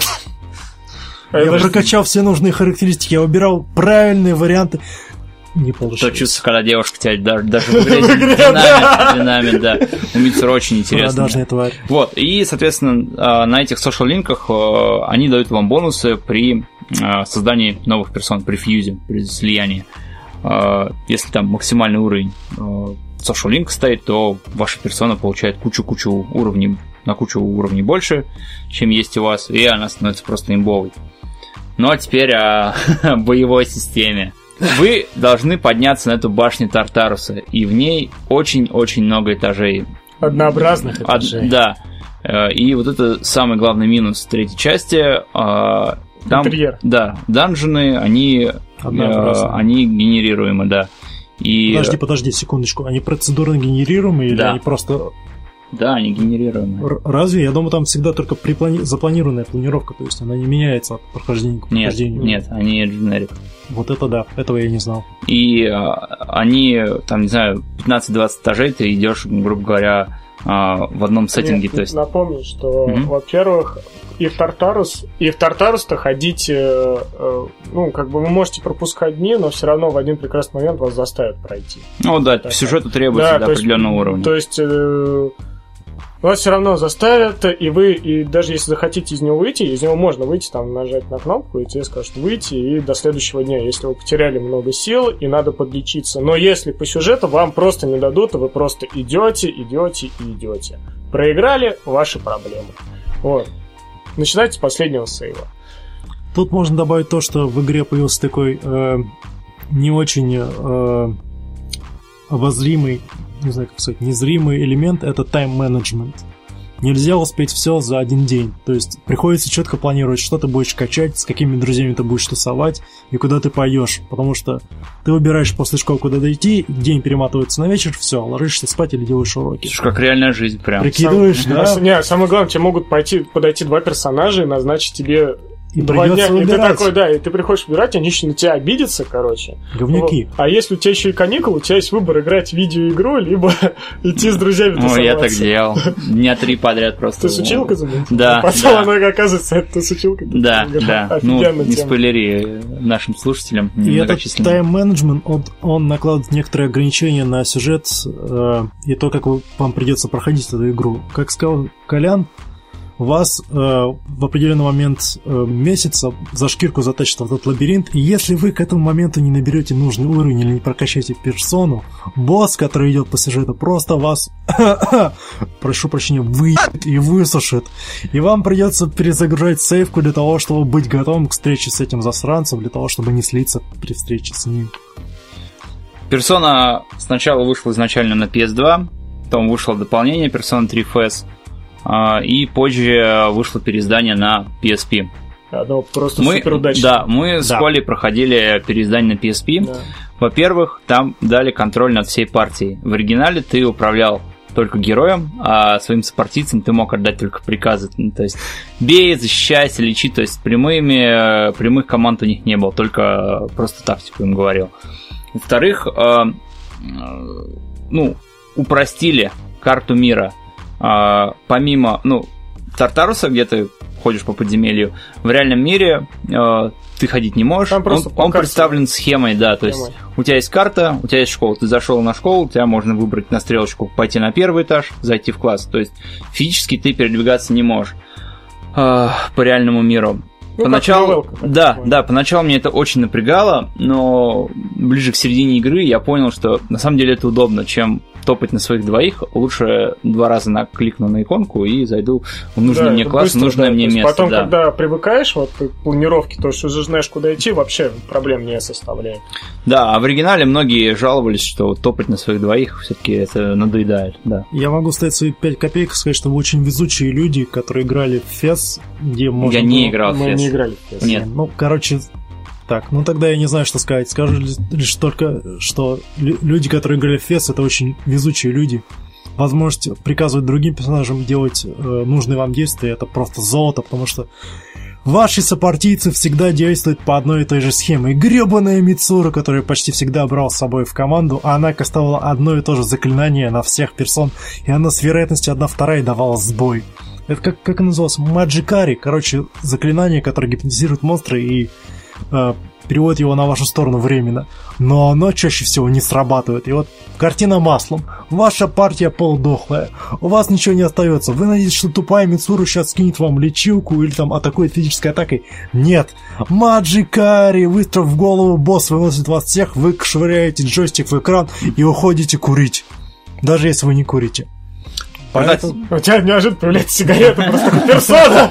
А Я даже- прокачал все нужные характеристики, я выбирал правильные варианты. Не То получилось. чувство, когда девушка тебя даже, даже в игре динамит, динамит, да. У Мицуру очень интересно. Продажная тварь. Вот, и, соответственно, а, на этих social-линках а, они дают вам бонусы при а, создании новых персон, при фьюзе, при слиянии. А, Если там максимальный уровень а, social-линка стоит, то ваша персона получает кучу-кучу уровней, на кучу уровней больше, чем есть у вас, и она становится просто имбовой. Ну, а теперь о боевой системе. Вы должны подняться на эту башню Тартаруса, и в ней очень-очень много этажей. Однообразных Од- этажей. Да. Э, И вот это самый главный минус третьей части. а, Там, Интерьер. да, данжены, они, э, Однообразные. они генерируемы, да. И, Подожди, подожди, секундочку. Они процедурно генерируемые или Да. они просто... да, они генерируемые. Р- Разве? Я думаю, там всегда только приплани- запланированная планировка, то есть она не меняется от прохождения к Нет, прохождению. нет, они generic. Вот это да, этого я не знал. И а, они, там, не знаю, пятнадцать-двадцать этажей, ты идешь, грубо говоря, а, в одном сеттинге. Нет, То есть, напомню, что, Мгм. во-первых, и в Тартарус, и в Тартарус-то ходить, э, э, ну, как бы вы можете пропускать дни, но все равно в один прекрасный момент вас заставят пройти. ну да, Так, по сюжету требуется Да, до то есть- определенного уровня. То есть э, вас все равно заставят, и вы, и даже если захотите из него выйти, из него можно выйти, там, нажать на кнопку, и тебе скажут выйти, и до следующего дня, если вы потеряли много сил, и надо подлечиться. Но если по сюжету вам просто не дадут, то вы просто идете, идете и идете. Проиграли — ваши проблемы. Вот. Начинайте с последнего сейва. Тут можно добавить то, что в игре появился такой э, не очень э, обозримый, не знаю, как сказать, незримый элемент — это тайм-менеджмент. Нельзя успеть все за один день. То есть приходится четко планировать, что ты будешь качать, с какими друзьями ты будешь тусовать и куда ты пойдешь. Потому что ты выбираешь после школы, куда дойти, день перематывается на вечер, все, ложишься спать или делаешь уроки. Слушай, как реальная жизнь прям. Прикидываешь, Сам, да? Не, самое главное, тебе могут пойти, подойти два персонажа и назначить тебе И два дня. придется И ты выбирать. такой, да, и ты приходишь выбирать, они еще на тебя обидятся, короче. Говнюки. Вот. А если у тебя еще и каникулы, у тебя есть выбор играть в видеоигру, либо идти с друзьями тусоваться. Ой, я так делал. Дня три подряд просто. Ты с училкой замутил? Да, Потом да. оно, оказывается, это с училкой. Да, да. Ну, Офигенная не тема. спойлери нашим слушателям. И этот Многочисленным. тайм-менеджмент, он, он накладывает некоторые ограничения на сюжет э, и то, как вы, вам придется проходить эту игру. Как сказал Колян, вас э, в определенный момент э, месяца за шкирку затащит в этот лабиринт, и если вы к этому моменту не наберете нужный уровень или не прокачаете персону, босс, который идет по сюжету, просто вас, прошу прощения, выебет и высушит. И вам придется перезагружать сейвку для того, чтобы быть готовым к встрече с этим засранцем, для того, чтобы не слиться при встрече с ним. Persona сначала вышла изначально на пи эс два, потом вышло дополнение Persona три эф эс, и позже вышло переиздание на пи эс пи. Оно просто Мы, супер удачно. да, мы с Да. Колей проходили переиздание на пи эс пи. Да. Во-первых, там дали контроль над всей партией. В оригинале ты управлял только героем, а своим сопартийцам ты мог отдать только приказы. Ну, то есть бей, защищайся, лечи. То есть прямыми, прямых команд у них не было, только просто тактику им говорил. Во-вторых, э, э, ну, упростили карту мира. Э, помимо, ну, Тартаруса, где ты ходишь по подземелью, в реальном мире э, ты ходить не можешь. Там Он, просто по он карте. представлен схемой, да, то есть Схемой. у тебя есть карта, у тебя есть школа, ты зашел на школу, у тебя можно выбрать на стрелочку, пойти на первый этаж, зайти в класс. То есть физически ты передвигаться не можешь э, по реальному миру. Ну, Поначалу, как новелка, да, так да, поначалу мне это очень напрягало, но ближе к середине игры я понял, что на самом деле это удобно, чем топать на своих двоих, лучше два раза накликну на иконку и зайду в нужный Да, мне это класс, быстро, в нужное да. мне То есть место. Потом, да. когда привыкаешь вот, к планировке, то что уже знаешь, куда идти, вообще проблем не составляет. Да, а в оригинале многие жаловались, что топать на своих двоих все-таки это надоедает, да. Я могу ставить свои пять копеек и сказать, что вы очень везучие люди, которые играли в фес, где можно Я не было- играл в Мы фес. не играли в фес. Нет. Ну, короче, так, ну тогда я не знаю, что сказать. Скажу лишь, лишь только, что лю- люди, которые играли в фес, это очень везучие люди. Возможность приказывать другим персонажам делать э, нужные вам действия, это просто золото, потому что ваши сопартийцы всегда действуют по одной и той же схеме. И гребаная Мицура, которая почти всегда брал с собой в команду, а она кастовала одно и то же заклинание на всех персон, и она с вероятностью одна вторая давала сбой. Это как, как это называлось? Маджикари. Короче, заклинание, которое гипнотизирует монстра и э, переводит его на вашу сторону временно. Но оно чаще всего не срабатывает. И вот картина маслом. Ваша партия полудохлая. У вас ничего не остается. Вы надеетесь, что тупая Мицуру сейчас скинет вам лечилку или там атакует физической атакой. Нет. Маджикари. Выстрел в голову, босс выносит вас всех, вы швыряете джойстик в экран и уходите курить. Даже если вы не курите. Поэтому... У тебя неожиданно появляется сигарета, просто как персона.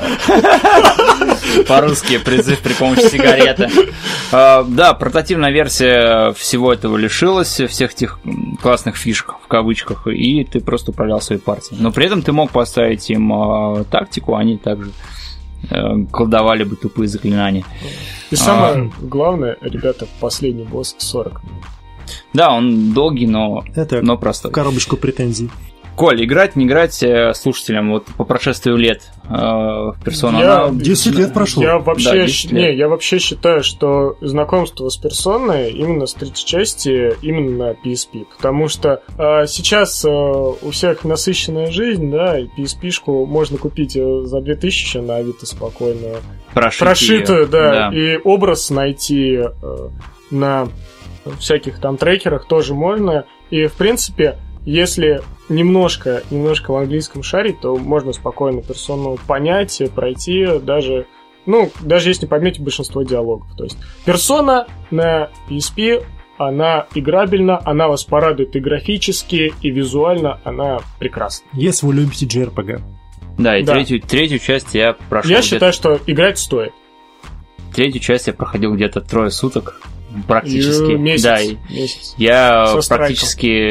По-русски призыв при помощи сигареты. А, да, портативная версия всего этого лишилась, всех этих классных фишек, в кавычках, и ты просто управлял своей партией. Но при этом ты мог поставить им а, тактику, они также а, колдовали бы тупые заклинания. И самое главное, ребята, последний босс сорок минут. Да, он долгий, но, Это но простой. коробочку претензий. Коль, играть, не играть э, слушателям вот по прошествию лет э, в персону. Я- она- десять лет прошло. Я вообще, Да, десять щ- лет. не, я вообще считаю, что знакомство с персоной именно с третьей части именно на пи эс пи, потому что э, сейчас э, у всех насыщенная жизнь, да, и пи эс пи-шку можно купить э, за две тысячи на Авито спокойно, Прошить прошитую, её. да, и образ найти э, на всяких там трекерах тоже можно, и в принципе, если немножко, немножко в английском шарить, то можно спокойно персону понять, пройти, даже, ну, даже если не поймете большинство диалогов. То есть персона на пи эс пи, она играбельна, она вас порадует и графически, и визуально, она прекрасна. Если вы любите джей ар пи джи. Да, и Да. Третью, третью часть я прошел. Я где-то- считаю, что играть стоит. Третью часть я проходил где-то трое суток. практически. И месяц, да, месяц. Я Со практически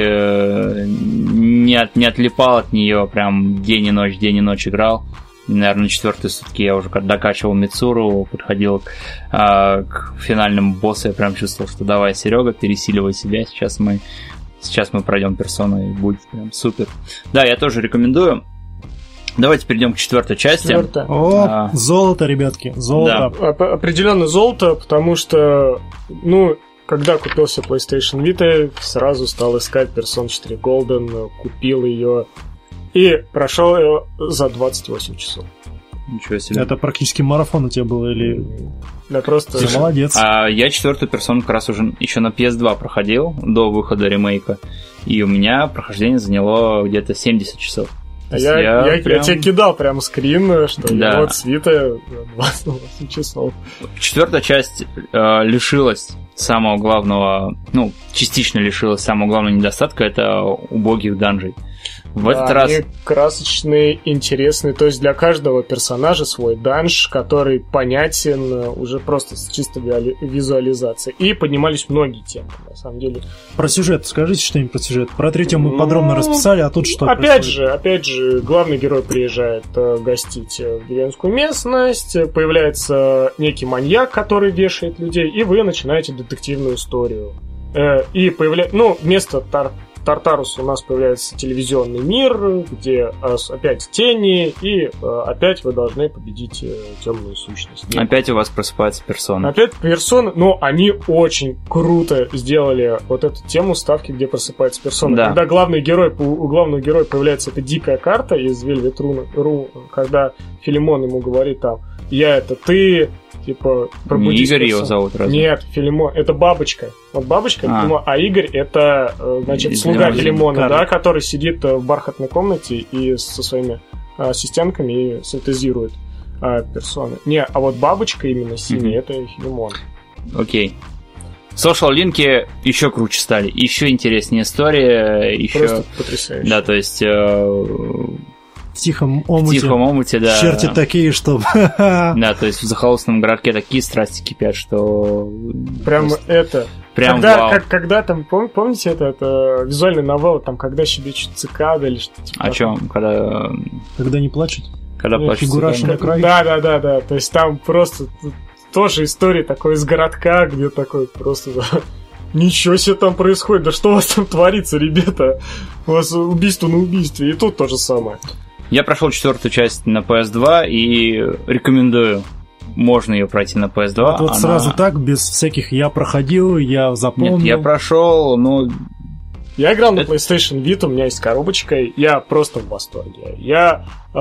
не, от, не отлипал от нее, прям день и ночь, день и ночь играл. Наверное, на четвертые сутки я уже докачивал Мицуру, подходил к, а, к финальному боссу, я прям чувствовал, что давай, Серега, пересиливай себя, сейчас мы, сейчас мы пройдем персону, и будет прям супер. Да, я тоже рекомендую. Давайте перейдем к четвертой части. Четвертая. О, А. золото, ребятки, золото. Да. Оп- Определенно золото, потому что, ну, когда купился PlayStation Vita, сразу стал искать Persona четыре Golden, купил ее и прошел ее за двадцать восемь часов. Ничего себе. Это практически марафон у тебя был, или... Да просто... Ты молодец. А я четвертую персону как раз уже еще на пи эс два проходил до выхода ремейка, и у меня прохождение заняло где-то семьдесят часов. А я, я, я, прям... я тебе кидал прям скрин, что Да. я вот с Vita двадцать восемь часов. Четвертая часть э, лишилась самого главного, ну, частично лишилась самого главного недостатка, это убогих данжей. В Да, этот раз... они красочные, интересные. То есть для каждого персонажа свой данж, который понятен уже просто с чистой виали- визуализацией. И поднимались многие темы, на самом деле. Про сюжет, скажите что-нибудь про сюжет. Про третью мы Ну, подробно расписали, а тут что Опять происходит? же, опять же, главный герой приезжает э, гостить в деревенскую местность, появляется некий маньяк, который вешает людей, и вы начинаете детективную историю. Э, и появляется... Ну, вместо Тар... Тартаруса у нас появляется телевизионный мир, где э, опять тени, и э, опять вы должны победить э, темную сущность. Опять у вас просыпается персона. Опять персоны, но они очень круто сделали вот эту тему ставки, где просыпается персона. Да. Когда главный герой, у главного героя появляется эта дикая карта из Velvet Rune, когда Филимон ему говорит там, я это ты, типа, Не пробудись. Игорь персон. его зовут, разве? Нет, Филимон, это бабочка. Вот бабочка, А. Филимон, а Игорь это, э, значит, Из слуга Филимона. Филимона, Карл. да, который сидит э, в бархатной комнате и со своими э, ассистентками и синтезирует э, персоны. Не, а вот бабочка именно синяя, Мгм. это Филимон. Окей. Social-линки еще круче стали, еще интереснее история, еще... Просто потрясающе. Да, то есть э, В тихом в омуте. тихом омуте, да. Черти такие, что... Да, то есть в захолустном городке такие страсти кипят, что... Прям просто это... Прям когда, вау. как, когда там, пом- помните это, это визуальная новелла, там, когда щебечут цикады или что-то типа О чем? Когда, Когда не плачут. когда Э, плачут фигураж цыгане? на край. Да, да, да, да. То есть там просто т- тоже история такой из городка, где такой просто ничего себе там происходит, да что у вас там творится, ребята? У вас убийство на убийстве. И тут то же самое. Я прошел четвертую часть на пи эс два и рекомендую. Можно ее пройти на пи эс два. Вот, вот Она- сразу так, без всяких «я проходил», «я запомнил». Нет, я прошел, ну, Я играл на Это- PlayStation Vita, у меня есть коробочка, я просто в восторге. Я э,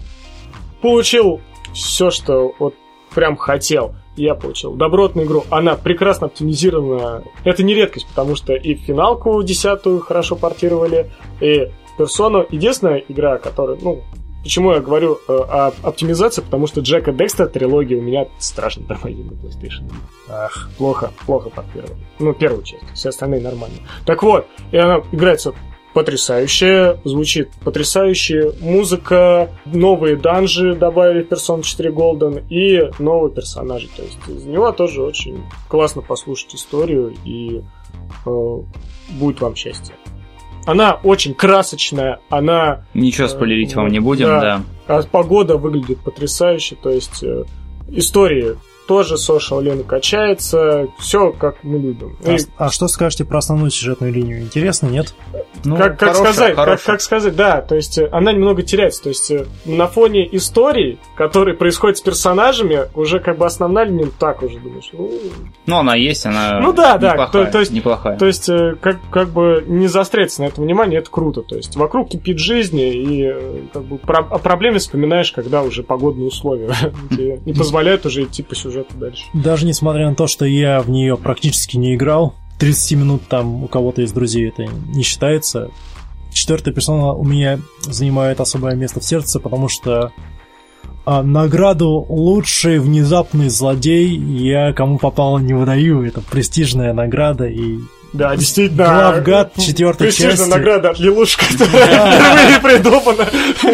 получил все, что вот прям хотел. Я получил добротную игру. Она прекрасно оптимизирована. Это не редкость, потому что и финалку десятую хорошо портировали, и персону. Единственная игра, которая, ну, почему я говорю э, о оптимизации, потому что Джек и Декстер трилогия у меня страшно тормозит на PlayStation. Ах, плохо, плохо портировали. Ну, первую часть, все остальные нормально. Так вот, и она играется потрясающе, звучит потрясающе. Музыка, новые данжи добавили в Persona четыре Golden и новые персонажи. То есть из него тоже очень классно послушать историю, и э, будет вам счастье. Она очень красочная, она... ничего спойлерить вам не будем, Да. да. а погода выглядит потрясающе, то есть э, истории тоже social лин качается, все как мы любим. А, И а что скажете про основную сюжетную линию? Интересно, нет? Ну, как, как хорошая, сказать, как, хорошая. как сказать, да, то есть э, она немного теряется, то есть э, на фоне историй, которые происходят с персонажами, уже как бы основная линия, так уже думаешь, ну, Ну, она есть, она Ну да, да, неплохая, то- то есть- неплохая. то есть э, как, как бы не заостряться на это внимание, это круто, то есть вокруг кипит жизнь, и э, как бы про- о проблеме вспоминаешь, когда уже погодные условия тебе не позволяют уже идти по сюжету дальше. Даже несмотря на то, что я в нее практически не играл, тридцать минут там у кого-то из друзей это не считается. Четвертая персона у меня занимает особое место в сердце, потому что а, награду «Лучший внезапный злодей» я кому попало не выдаю. Это престижная награда, и Да, действительно. главгад четвертой Престижная части награда от Лилушка, которая впервые придумана.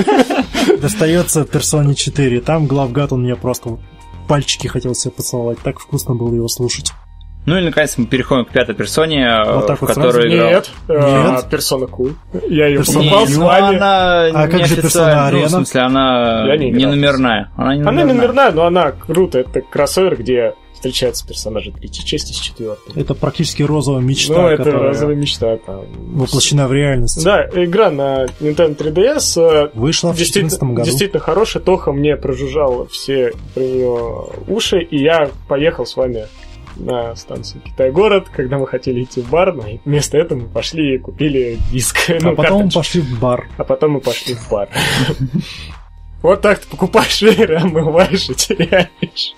достается персоне четыре. Там главгад, он мне просто вот пальчики хотел себе поцеловать. Так вкусно было его слушать. Ну и, наконец, мы переходим к пятой персоне, Вот так в вот которую сразу? играл... Нет, Нет. персона Q. Я ее Persona покупал с ну, вами. она А как же неофициальная, Persona ну, в Arena? смысле, она Я не не играл. номерная. Она не Она номерная. номерная, но она круто. Это кроссовер, где встречаются персонажи третьей части с четвертой. Это практически розовая мечта, Ну, это которая розовая мечта. Там. воплощена в реальность. Да, игра на Nintendo три ди эс э, Вышла в две тысячи четырнадцатом действительно, году. действительно хорошая. Тоха мне прожужжал все про нее уши, и я поехал с вами на станцию Китай-город, когда мы хотели идти в бар, но вместо этого мы пошли и купили диск. А ну, потом картриджи. пошли в бар. А потом мы пошли в бар. Вот так ты покупаешь игры, омываешь и теряешь.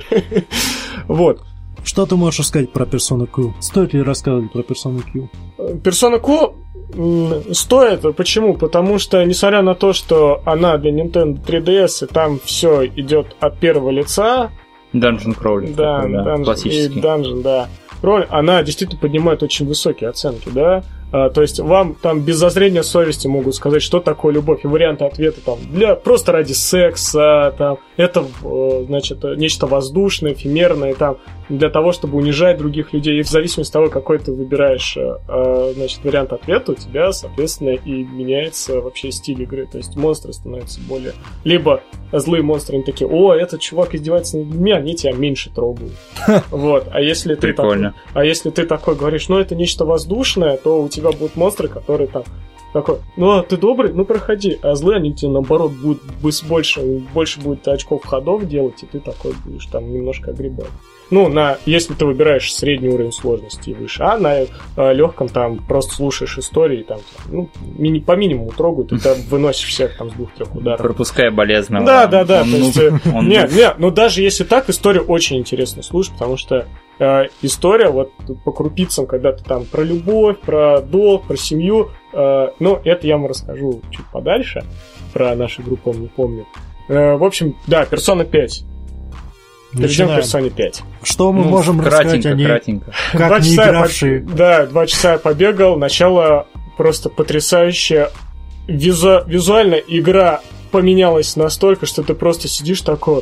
Вот. Что ты можешь рассказать про Persona Q? Стоит ли рассказывать про Persona Q? Persona Q м, стоит. Почему? Потому что, несмотря на то, что она для Nintendo три ди эс, и там все идет от первого лица, Dungeon Crawler. да, такой, да, Dungeon, и классический. Dungeon, да, роль, она действительно поднимает очень высокие оценки, да. А, то есть вам там без зазрения совести могут сказать, что такое любовь, и варианты ответа там для просто ради секса, там это э, значит нечто воздушное, эфемерное, там для того, чтобы унижать других людей, и в зависимости от того, какой ты выбираешь э, значит вариант ответа, у тебя соответственно и меняется вообще стиль игры, то есть монстры становятся более либо злые монстры, они такие: о, этот чувак издевается над людьми, они тебя меньше трогают, вот, а если ты Прикольно. такой, а если ты такой говоришь, ну это нечто воздушное, то у тебя будут монстры, которые там такой: ну а ты добрый, ну проходи, а злые они тебе наоборот будут больше, больше будет очков ходов делать, и ты такой будешь там немножко огребать. Ну, на, если ты выбираешь средний уровень сложности и выше, а на э, легком там просто слушаешь истории, там, ну, мини, по минимуму трогают, и ты выносишь всех там с двух-трех ударов. Пропуская болезного. Да, да, да. Он То есть, нуб, он не, нуб. не, но даже если так, история очень интересно слушать, потому что э, история вот по крупицам, когда ты там про любовь, про долг, про семью, э, ну, это я вам расскажу чуть подальше, про нашу группу он не помнит. Э, в общем, да, Persona пять. Перейдем к Начинаем. Persona пять. Что мы Ну, можем рассказать кратенько, о ней, кратенько. как Два не часа я игравший? по- Да, два часа я побегал. Начало просто потрясающее. Визу- Визуально игра поменялась настолько, что ты просто сидишь такой...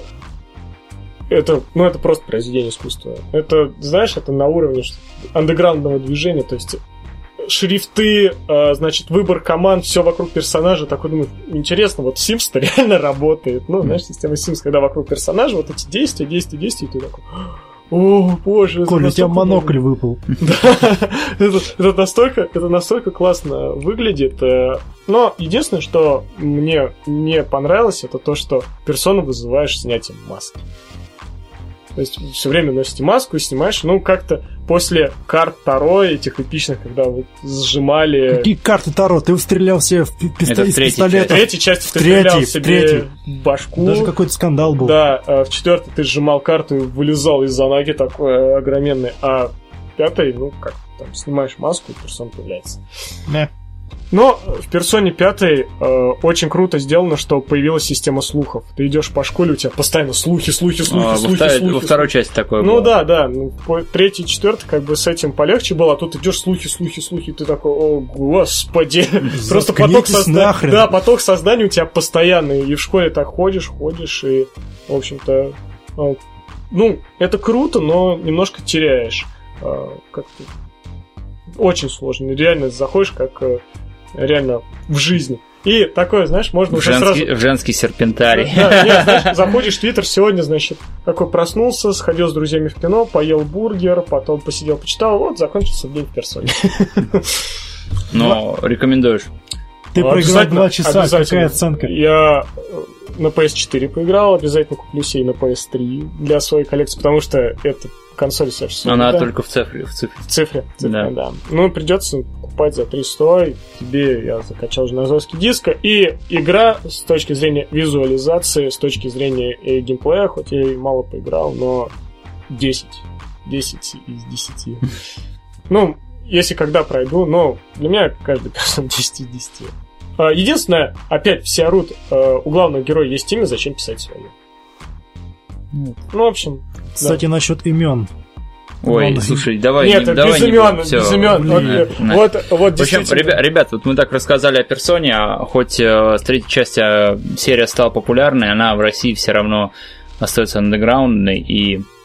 Это, ну, это просто произведение искусства. Это, знаешь, это на уровне что- андеграундного движения, то есть шрифты, э, значит, выбор команд, все вокруг персонажа. Такой думаю, интересно, вот Sims-то реально работает. Ну, знаешь, система Sims, когда вокруг персонажа вот эти действия, действия, действия, и ты такой: о, боже, это Коля, у тебя настолько монокль выпал. да, это, это настолько, это настолько классно выглядит. э, Но единственное, что мне не понравилось, это то, что персону вызываешь снятием маски. То есть все время носите маску и снимаешь, ну, как-то после карт Таро, этих эпичных, когда вот сжимали... Какие карты Таро? Ты стрелял все в пи- писто- Это в из третьей В пистолета. третьей части ты В стрелял третьей, в себе третьей. в башку. Даже какой-то скандал был. Да, а в четвертой ты сжимал карту и вылезал из-за ноги такой огроменный, а в пятой, ну, как там, снимаешь маску, и персон появляется. Не. Но в персоне пятой э, очень круто сделано, что появилась система слухов. Ты идешь по школе, у тебя постоянно слухи, слухи, слухи, А, во, слухи, второй, слухи. во второй части такое Ну было. да, да. Ну, по третьей, четвертой как бы с этим полегче было, а тут идешь слухи, слухи, слухи, и ты такой: о, господи. Просто поток Заткнитесь создания. нахрен. Да, поток создания у тебя постоянный. И в школе так ходишь, ходишь, и, в общем-то, э, ну, это круто, но немножко теряешь. Э, Как-то очень сложно. Реально заходишь как э, реально в жизни. И такое, знаешь, можно В уже женский, сразу... в женский серпентарий. Да, нет, знаешь, заходишь в Твиттер сегодня, значит, такой проснулся, сходил с друзьями в кино, поел бургер, потом посидел, почитал, вот, закончился день в персоне. Но рекомендуешь. Ты проиграл Обязательно, два часа, обязательно. какая оценка? Я на пи эс четыре поиграл, обязательно куплю себе и на пи эс три для своей коллекции, потому что эта консоль сейчас... Она да, только в цифре. В цифре. в цифре, в цифре, Да. да. Ну, придется покупать за триста. Тебе я закачал уже на жесткий диск. И игра с точки зрения визуализации, с точки зрения э, геймплея, хоть я и мало поиграл, но десять. десять из десяти. Ну, если когда пройду, но для меня каждый персон десять из десяти. А, Единственное, опять все орут, э, у главного героя есть имя, зачем писать свое? Ну, в общем... Кстати, насчет имен. Ой, Ладно. слушай, давай Нет, не, давай без не имен, будем. Всё. без имен. Вот, Блин. На. Вот, вот В общем, действительно. ребят, ребят, вот мы так рассказали о персоне, а хоть э, с третьей части э, серия стала популярной, она в России все равно остается андеграундной, и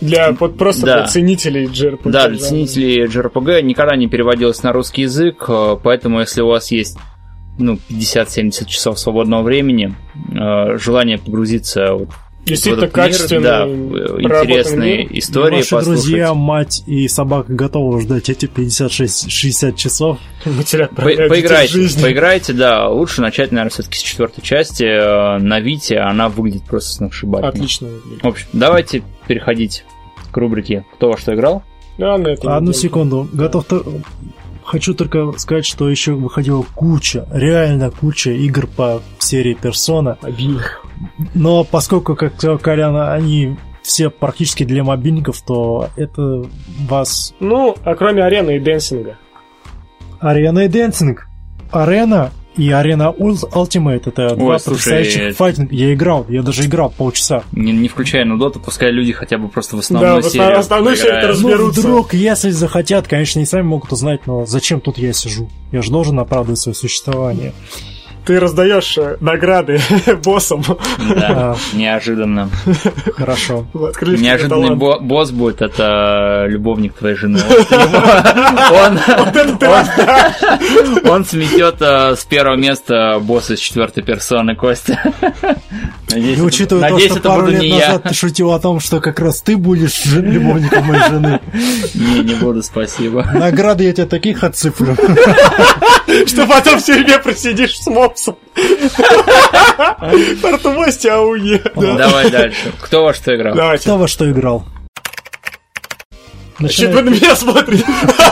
Для вот просто Да. для ценителей джей ар пи джи. Да, для ценителей джей ар пи джи никогда не переводилось на русский язык, э, поэтому если у вас есть ну, пятьдесят-семьдесят часов свободного времени, э, желание погрузиться вот Действительно в этот мир, качественный, да, проработанный интересные мир. истории Ваши послушать. друзья, мать и собака готовы ждать эти пятьдесят шестьдесят часов. Материал По- проявляет Поиграйте, жизнь. поиграйте, да. Лучше начать, наверное, все-таки с четвертой части. Э, На Вите она выглядит просто сногсшибательно. Отлично выглядит. В общем, давайте переходить к рубрике «Кто во что играл?». Да, на этой Одну неделе. секунду. Готов то- Хочу только сказать, что еще выходила куча, реально куча игр по серии Persona. Мобильных. Но поскольку, как сказал Колян, они все практически для мобильников, то это вас... Ну, а кроме арены и дэнсинга. Арена и Дэнсинг. Арена и Арена Ultimate — это два слушай, потрясающих файтинга. Я играл, я даже играл полчаса. Не, не включая на доту, пускай люди хотя бы просто в Да, основную в основ- серию основную серию поиграют. раз- Ну, разберутся. вдруг, если захотят, конечно, не сами могут узнать, но зачем тут я сижу? Я же должен оправдывать свое существование. Ты раздаешь э, награды боссам. Да, неожиданно. Хорошо. Открыли себе Неожиданный талант. бо- босс будет, это любовник твоей жены. Он, он, он сметет э, с первого места босса из четвертой персоны, Костя. Надеюсь, И это- учитывая то, надеюсь, что это пару буду лет не я. назад ты шутил о том, что как раз ты будешь жен- любовником моей жены. Не, не буду, спасибо. Награды я тебе таких отсыплю. Что потом в тюрьме просидишь с мопсом. Портумости ауе. Давай дальше. Кто во что играл? Давайте. Кто во что играл? Чуть вы на меня смотрите.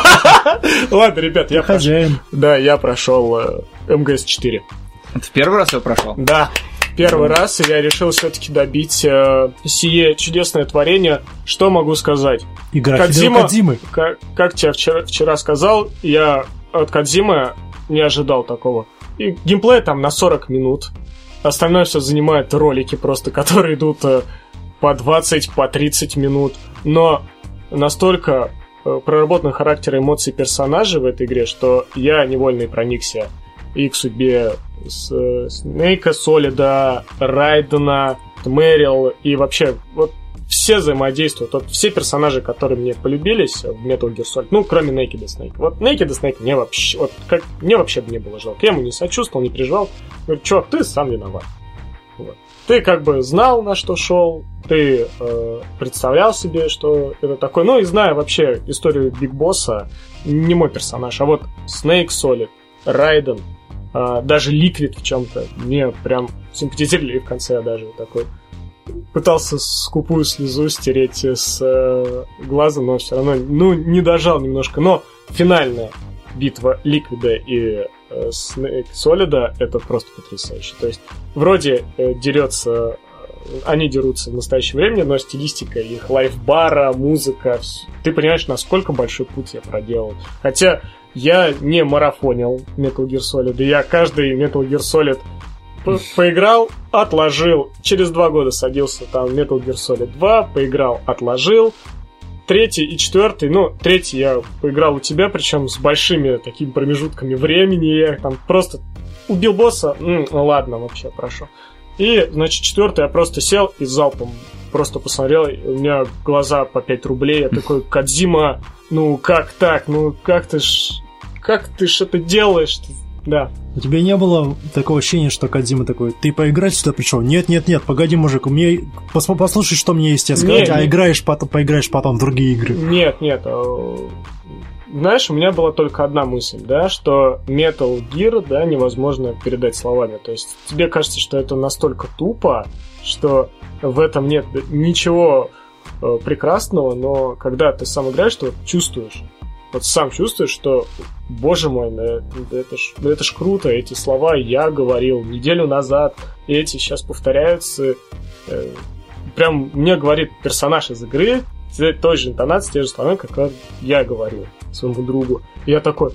Ладно, ребят, я прошел. Хозяин. Да, я прошел э, эм гэ эс четыре. Ты в первый раз его прошел? Да, первый раз, и я решил все-таки добить э, сие чудесное творение. Что могу сказать? Игра Кодзима- Хидео Кодзимы. Как, как тебе вчера, вчера сказал, я от Кодзимы не ожидал такого. И геймплей там на сорок минут. Остальное все занимает ролики просто, которые идут э, по двадцать, по тридцать минут. Но настолько э, проработан характер и эмоций персонажей в этой игре, что я невольно и проникся и к судьбе с, э, Снейка, Солида, Райдена, Мэрил и вообще вот все взаимодействуют. Вот все персонажи, которые мне полюбились в Metal Gear Solid, ну, кроме Naked Snake. Вот Naked Snake мне вообще, вот, как, мне вообще бы не было жалко. Я ему не сочувствовал, не переживал. Говорю, чувак, ты сам виноват. Вот. Ты как бы знал, на что шел, ты э, представлял себе, что это такое. Ну и зная вообще историю Биг Босса, не мой персонаж, а вот Snake Solid, Райден, э, даже Liquid в чем-то мне прям симпатизировали, и в конце я даже такой пытался скупую слезу стереть с э, глаза, но все равно, ну, не дожал немножко. Но финальная битва Ликвида и э, Snake Solid это просто потрясающе. То есть, вроде э, дерется, э, они дерутся в настоящее время, но стилистика их лайфбара, музыка, вс- ты понимаешь, насколько большой путь я проделал. Хотя я не марафонил Metal Gear Solid, и я каждый Metal Gear Solid по- поиграл, отложил. Через два года садился там Metal Gear Solid два, поиграл, отложил. Третий и четвертый, ну, третий я поиграл у тебя, причем с большими такими промежутками времени. Я там просто убил босса, м, ну ладно, вообще, прошу. И, значит, четвертый я просто сел и залпом просто посмотрел, и у меня глаза по пять рублей. Я такой, Кодзима, ну как так? Ну как ты ж... Как ты ж это делаешь? Да. У тебя не было такого ощущения, что Кодзима такой, ты поиграть сюда пришел? Нет, нет, нет, погоди, мужик, у меня пос- послушай, что мне есть тебе сказать, Не, а не. играешь потом, поиграешь потом в другие игры. Нет, нет. э, Знаешь, у меня была только одна мысль, да, что Metal Gear, да, невозможно передать словами. То есть тебе кажется, что это настолько тупо, что в этом нет ничего э, прекрасного, но когда ты сам играешь, то чувствуешь. Вот сам чувствуешь, что, боже мой, да, да это, ж, да это ж круто, эти слова я говорил неделю назад, и эти сейчас повторяются. Э, прям мне говорит персонаж из игры, те- той же интонации, те же слова, как я говорил своему другу. И я такой,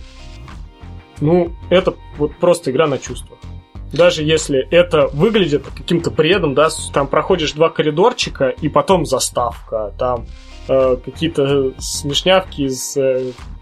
ну, это вот просто игра на чувствах. Даже если это выглядит каким-то бредом, да, с- там проходишь два коридорчика, и потом заставка, там э, какие-то смешнявки из... Э,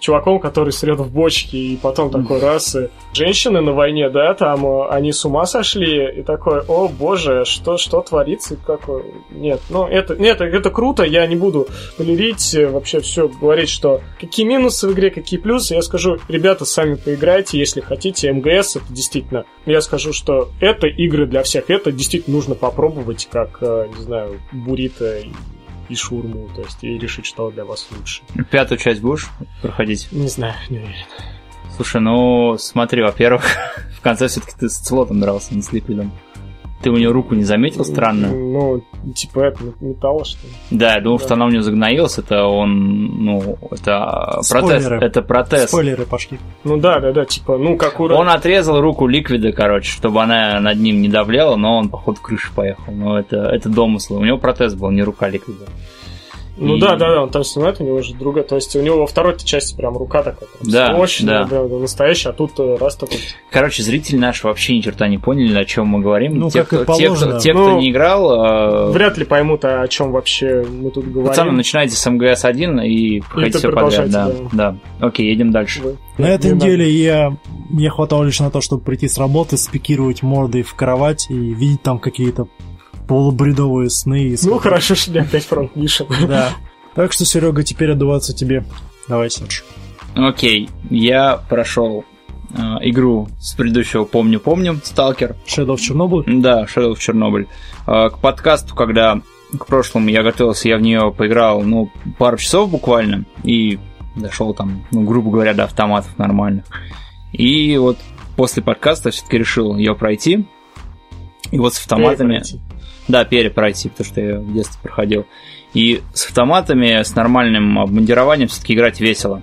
чуваком, который срет в бочке, и потом такой раз, и женщины на войне, да, там, они с ума сошли, и такой, о боже, что, что творится, и какой... Нет, ну, это, нет, это круто, я не буду полирить, вообще все говорить, что какие минусы в игре, какие плюсы, я скажу, ребята, сами поиграйте, если хотите, МГС, это действительно, я скажу, что это игры для всех, это действительно нужно попробовать, как, не знаю, буррито и шурму, то есть, и решить, что для вас лучше. Пятую часть будешь проходить? Не знаю, не уверен. Слушай, ну, смотри, во-первых, в конце все-таки ты с Целотом дрался, не с Ликвидом. Ты у него руку не заметил странно? Ну, типа это, металла, что ли? Да, я думал, да. что она у него загноилась, это он, ну, это протез, это протез. Спойлеры пошли. Ну да, да, да, типа, ну, как у... Он отрезал руку Ликвида, короче, чтобы она над ним не давляла, но он, походу, крыши поехал. Но это, это домыслы. У него протез был, не рука Ликвида. Ну и... да, да, да, он там снимает, у него же другая, то есть у него во второй части прям рука такая, прям да, мощная, да. Да, настоящая, а тут раз такой... Короче, зрители наши вообще ни черта не поняли, о чем мы говорим. Ну, те, как и кто, те, кто, те, кто ну, не играл... Вряд ли поймут, о чем вообще мы тут говорим. Пацаны, начинайте с эм гэ эс один и проходите все подряд. Да, да. да. Окей, едем дальше. Вы... На не, этой не неделе я, я хватал лишь на то, чтобы прийти с работы, спикировать мордой в кровать и видеть там какие-то полубредовые сны. И ну, хорошо, что не опять фронт Мишин. Да. Так что, Серега, теперь отдуваться тебе. Давай, Серж. Окей, я прошел э, игру с предыдущего «Помню-помню», «Сталкер». Shadow of Chernobyl? Да, Shadow of Chernobyl. Э, к подкасту, когда к прошлому я готовился, я в нее поиграл, ну, пару часов буквально, и дошел там, ну, грубо говоря, до автоматов нормальных. И вот после подкаста все-таки решил ее пройти. И вот с автоматами... Перепройти. Да, перепройти, потому что я в детстве проходил. И с автоматами, с нормальным обмундированием все-таки играть весело.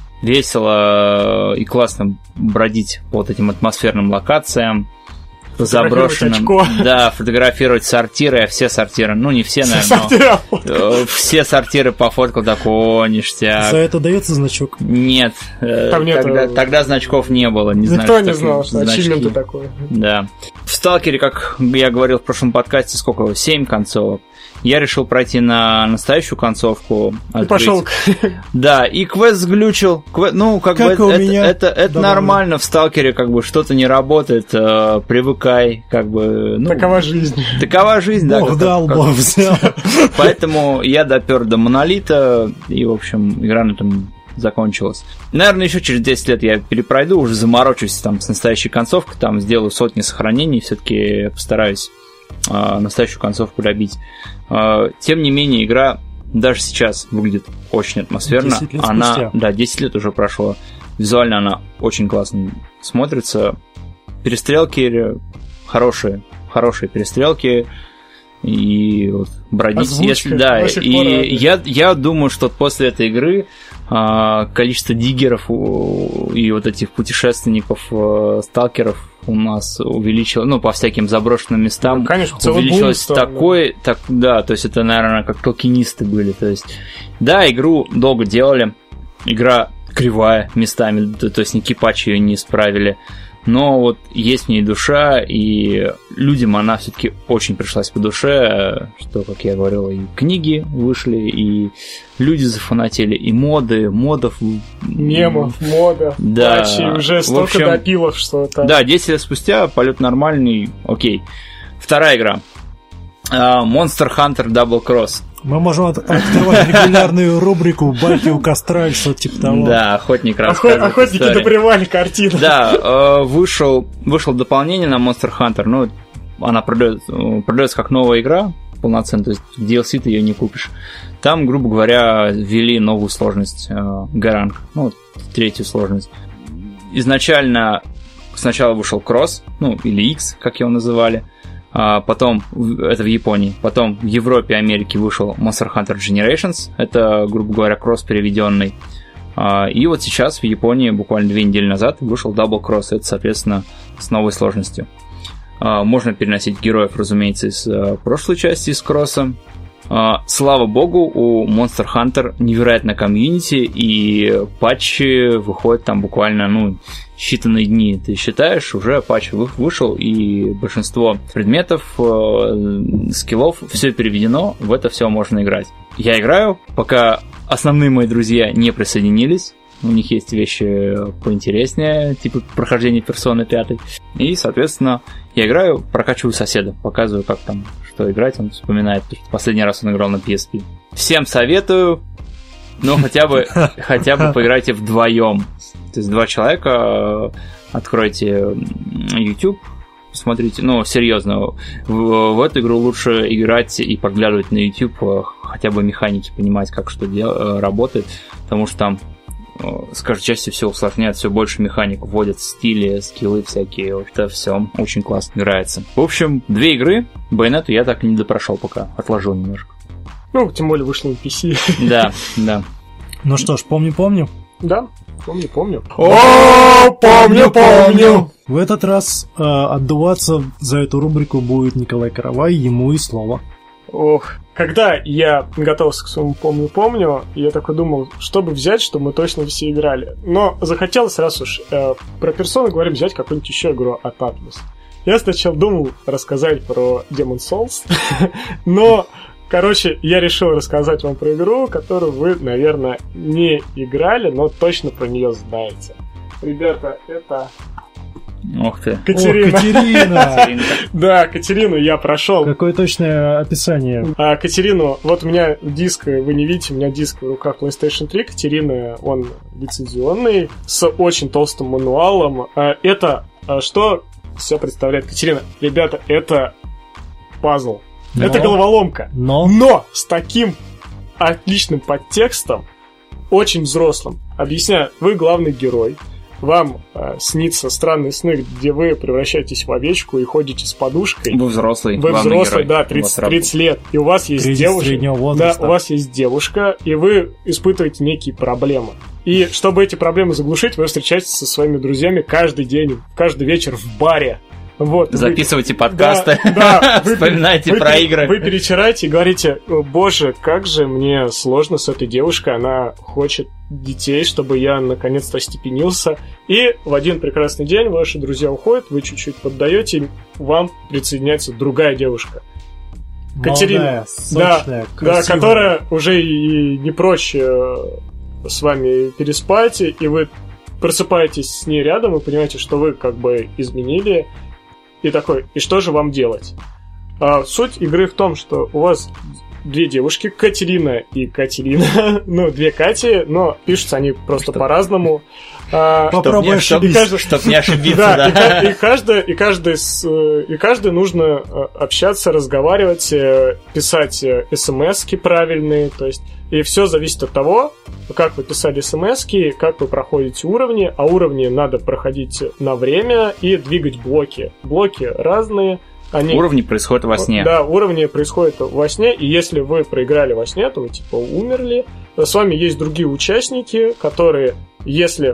Весело и классно бродить по вот этим атмосферным локациям, по заброшенным. Очко. Да, фотографировать сортиры, все сортиры, ну не все, все наверное, сортиры, но все сортиры пофоткал, такой, ништяк. За это дается значок? Нет, Там нет тогда, э... тогда значков не было. Не Никто знаю, не знал, что ачивменты такое. Да. В Сталкере, как я говорил в прошлом подкасте, сколько? Семь концовок. Я решил пройти на настоящую концовку. И пошел. Да, и квест сглючил. Квест, ну, как, как бы у это, меня это, это, это нормально в Сталкере, как бы что-то не работает, э, привыкай, как бы. Ну, такова жизнь. Такова жизнь, да. Бог дал, Бог взял. Поэтому я допер до Монолита, и, в общем, игра на этом закончилась. Наверное, еще через десять лет я перепройду, уже заморочусь там с настоящей концовкой, там сделаю сотни сохранений, все-таки постараюсь э, настоящую концовку добить. Э, тем не менее, игра даже сейчас выглядит очень атмосферно. десять лет она, спустя. Да, десять лет уже прошло. Визуально она очень классно смотрится. Перестрелки хорошие, хорошие перестрелки. И вот бродить, Озвучка, если да, и я, я думаю, что после этой игры а, количество диггеров и вот этих путешественников, а, сталкеров у нас увеличилось, ну, по всяким заброшенным местам, ну, конечно, увеличилось стал, такой, да. Так, да, то есть это, наверное, как толкинисты были, то есть, да, игру долго делали, игра кривая местами, то, то есть никакие патчи ее не исправили. Но вот есть в ней душа, и людям она все-таки очень пришлась по душе, что, как я говорил, и книги вышли, и люди зафанатели, и моды, модов. Мемов, мода, да, патчи, уже столько общем, допилов, что это... Да, десять лет спустя полет нормальный, окей. Вторая игра. Monster Hunter Double Cross. Мы можем от- открывать регулярную рубрику «Байки у костра» или что-то типа того. Да, охотник Охот- рассказывает Охотники истории. до привали картина. Да, вышел, вышел дополнение на Monster Hunter, ну, она продается, продается как новая игра, полноценная, то есть в ди эл си ты ее не купишь. Там, грубо говоря, ввели новую сложность, Гаранг, ну, третью сложность. Изначально сначала вышел Cross, ну, или X, как его называли, а потом, это в Японии, потом в Европе и Америке вышел Monster Hunter Generations, это, грубо говоря, кросс переведенный. И вот сейчас в Японии, буквально две недели назад, вышел Double Cross, это, соответственно, с новой сложностью. Можно переносить героев, разумеется, из прошлой части, из кросса. Слава богу, у Monster Hunter невероятная комьюнити, и патчи выходят там буквально, ну, считанные дни. Ты считаешь, уже патч вышел, и большинство предметов, э, скиллов, все переведено, в это все можно играть. Я играю, пока основные мои друзья не присоединились. у них есть вещи поинтереснее, типа прохождение персоны пятой. И, соответственно, я играю, прокачиваю соседа, показываю, как там, что играть, он вспоминает, потому что последний раз он играл на пи эс пи. Всем советую, но хотя бы, хотя бы поиграйте вдвоем. То есть два человека, откройте YouTube, смотрите, ну, серьезно, в, в эту игру лучше играть и поглядывать на YouTube, хотя бы механики, понимать, как что дел, работает, потому что там с каждой частью все усложняет, все больше механик вводят, стили, скиллы всякие, это все очень классно играется. В общем, две игры, Bayonetta я так и не допрошел пока, отложил немножко. Ну, тем более вышло на пи си. Да, да. Ну что ж, помню-помню. Да, помню-помню. О, помню-помню! В этот раз э, отдуваться за эту рубрику будет Николай Каравай, ему и слово. Ох, когда я готовился к своему помню-помню, я такой думал, чтобы взять, чтобы мы точно все играли. Но захотелось, раз уж э, про персону говорим, взять какую-нибудь еще игру от Atlus. Я сначала думал рассказать про Demon's Souls, но, короче, я решил рассказать вам про игру, которую вы, наверное, не играли, но точно про нее знаете. Ребята, это... Ух ты. Катерина. О, Катерина! Да, Катерину я прошел. Какое точное описание. А Катерину, вот у меня диск, вы не видите, у меня диск в руках PlayStation три. Катерина, он лицензионный, с очень толстым мануалом. Это что все представляет Катерина? Ребята, это пазл. Но, это головоломка. Но... Но с таким отличным подтекстом, очень взрослым. Объясняю, вы главный герой. Вам э, снится странные сны, где вы превращаетесь в овечку и ходите с подушкой. Вы взрослый. Вы взрослый, герой. да, тридцать, тридцать лет. И у вас есть Кризис девушка. среднего возраста. Да, у вас есть девушка, и вы испытываете некие проблемы. И чтобы эти проблемы заглушить, вы встречаетесь со своими друзьями каждый день, каждый вечер в баре. Вот, записывайте вы, подкасты, да, да, вы, вспоминайте вы, про вы, игры. Вы перечираете и говорите: боже, как же мне сложно с этой девушкой, она хочет детей, чтобы я наконец-то остепенился. И в один прекрасный день ваши друзья уходят, вы чуть-чуть поддаете, вам присоединяется другая девушка. Катерина, молодая, сочная, да, да, которая уже и не прочь с вами переспать, и вы просыпаетесь с ней рядом и понимаете, что вы как бы изменили. И такой, и что же вам делать? А, суть игры в том, что у вас две девушки, Катерина и Катерина, ну, две Кати, но пишутся они просто Что? по-разному. А, Попробуй ошибись. каждый, Чтоб не ошибиться, да. да. И, и, каждый, и, каждый с, и каждый нужно общаться, разговаривать, писать смс-ки правильные, то есть, и все зависит от того, как вы писали смс-ки, как вы проходите уровни, а уровни надо проходить на время и двигать блоки. Блоки разные. Они... Уровни происходят во сне. Да, уровни происходят во сне, и если вы проиграли во сне, то вы типа умерли. С вами есть другие участники, которые, если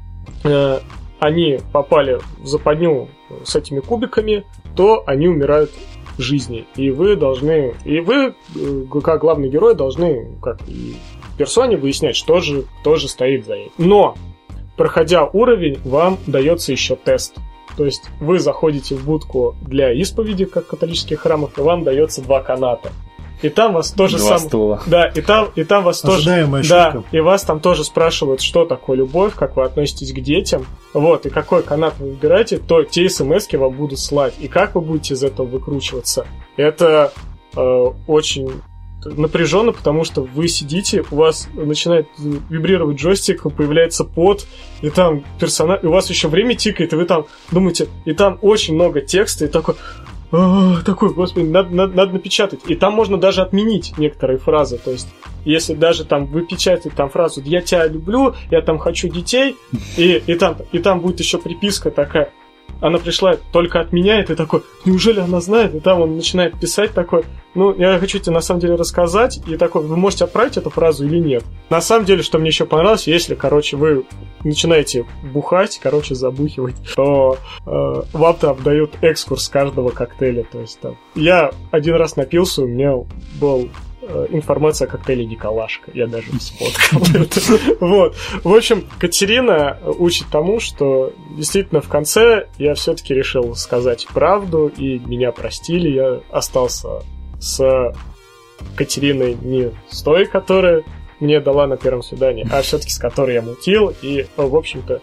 э, они попали в западню с этими кубиками, то они умирают в жизни. И вы должны, и вы, как главный герой, должны, как и в персоне, выяснять, что же, кто же стоит за этим. Но, проходя уровень, вам дается еще тест. То есть вы заходите в будку для исповеди, как в католических храмах, и вам дается два каната. И там вас тоже Два сам... стула. Да, и там, и там вас Ожидаемая тоже... Да, шутка. и вас там тоже спрашивают, что такое любовь, как вы относитесь к детям. Вот, и какой канат вы выбираете, то те смс-ки вам будут слать. И как вы будете из этого выкручиваться. Это э, очень напряженно, потому что вы сидите, у вас начинает вибрировать джойстик, появляется пот, и там персонаж, и у вас еще время тикает, и вы там думаете, и там очень много текста, и такой, такой, господи, надо, надо, надо напечатать. И там можно даже отменить некоторые фразы, то есть, если даже там вы печатаете там фразу «я тебя люблю», «я там хочу детей», и, и, там, и там будет еще приписка такая, она пришла только от меня, и ты такой, неужели она знает? И там он начинает писать такой, ну, я хочу тебе на самом деле рассказать, и такой, вы можете отправить эту фразу или нет. На самом деле, что мне еще понравилось, если, короче, вы начинаете бухать, короче, забухивать, то э, вам там дают экскурс каждого коктейля, то есть там. Я один раз напился, у меня был информация о коктейле Николашка. Я даже сфоткал это. Вот. В общем, Катерина учит тому, что действительно в конце я все-таки решил сказать правду, и меня простили. Я остался с Катериной не с той, которая мне дала на первом свидании, а все-таки с которой я мутил, и, в общем-то,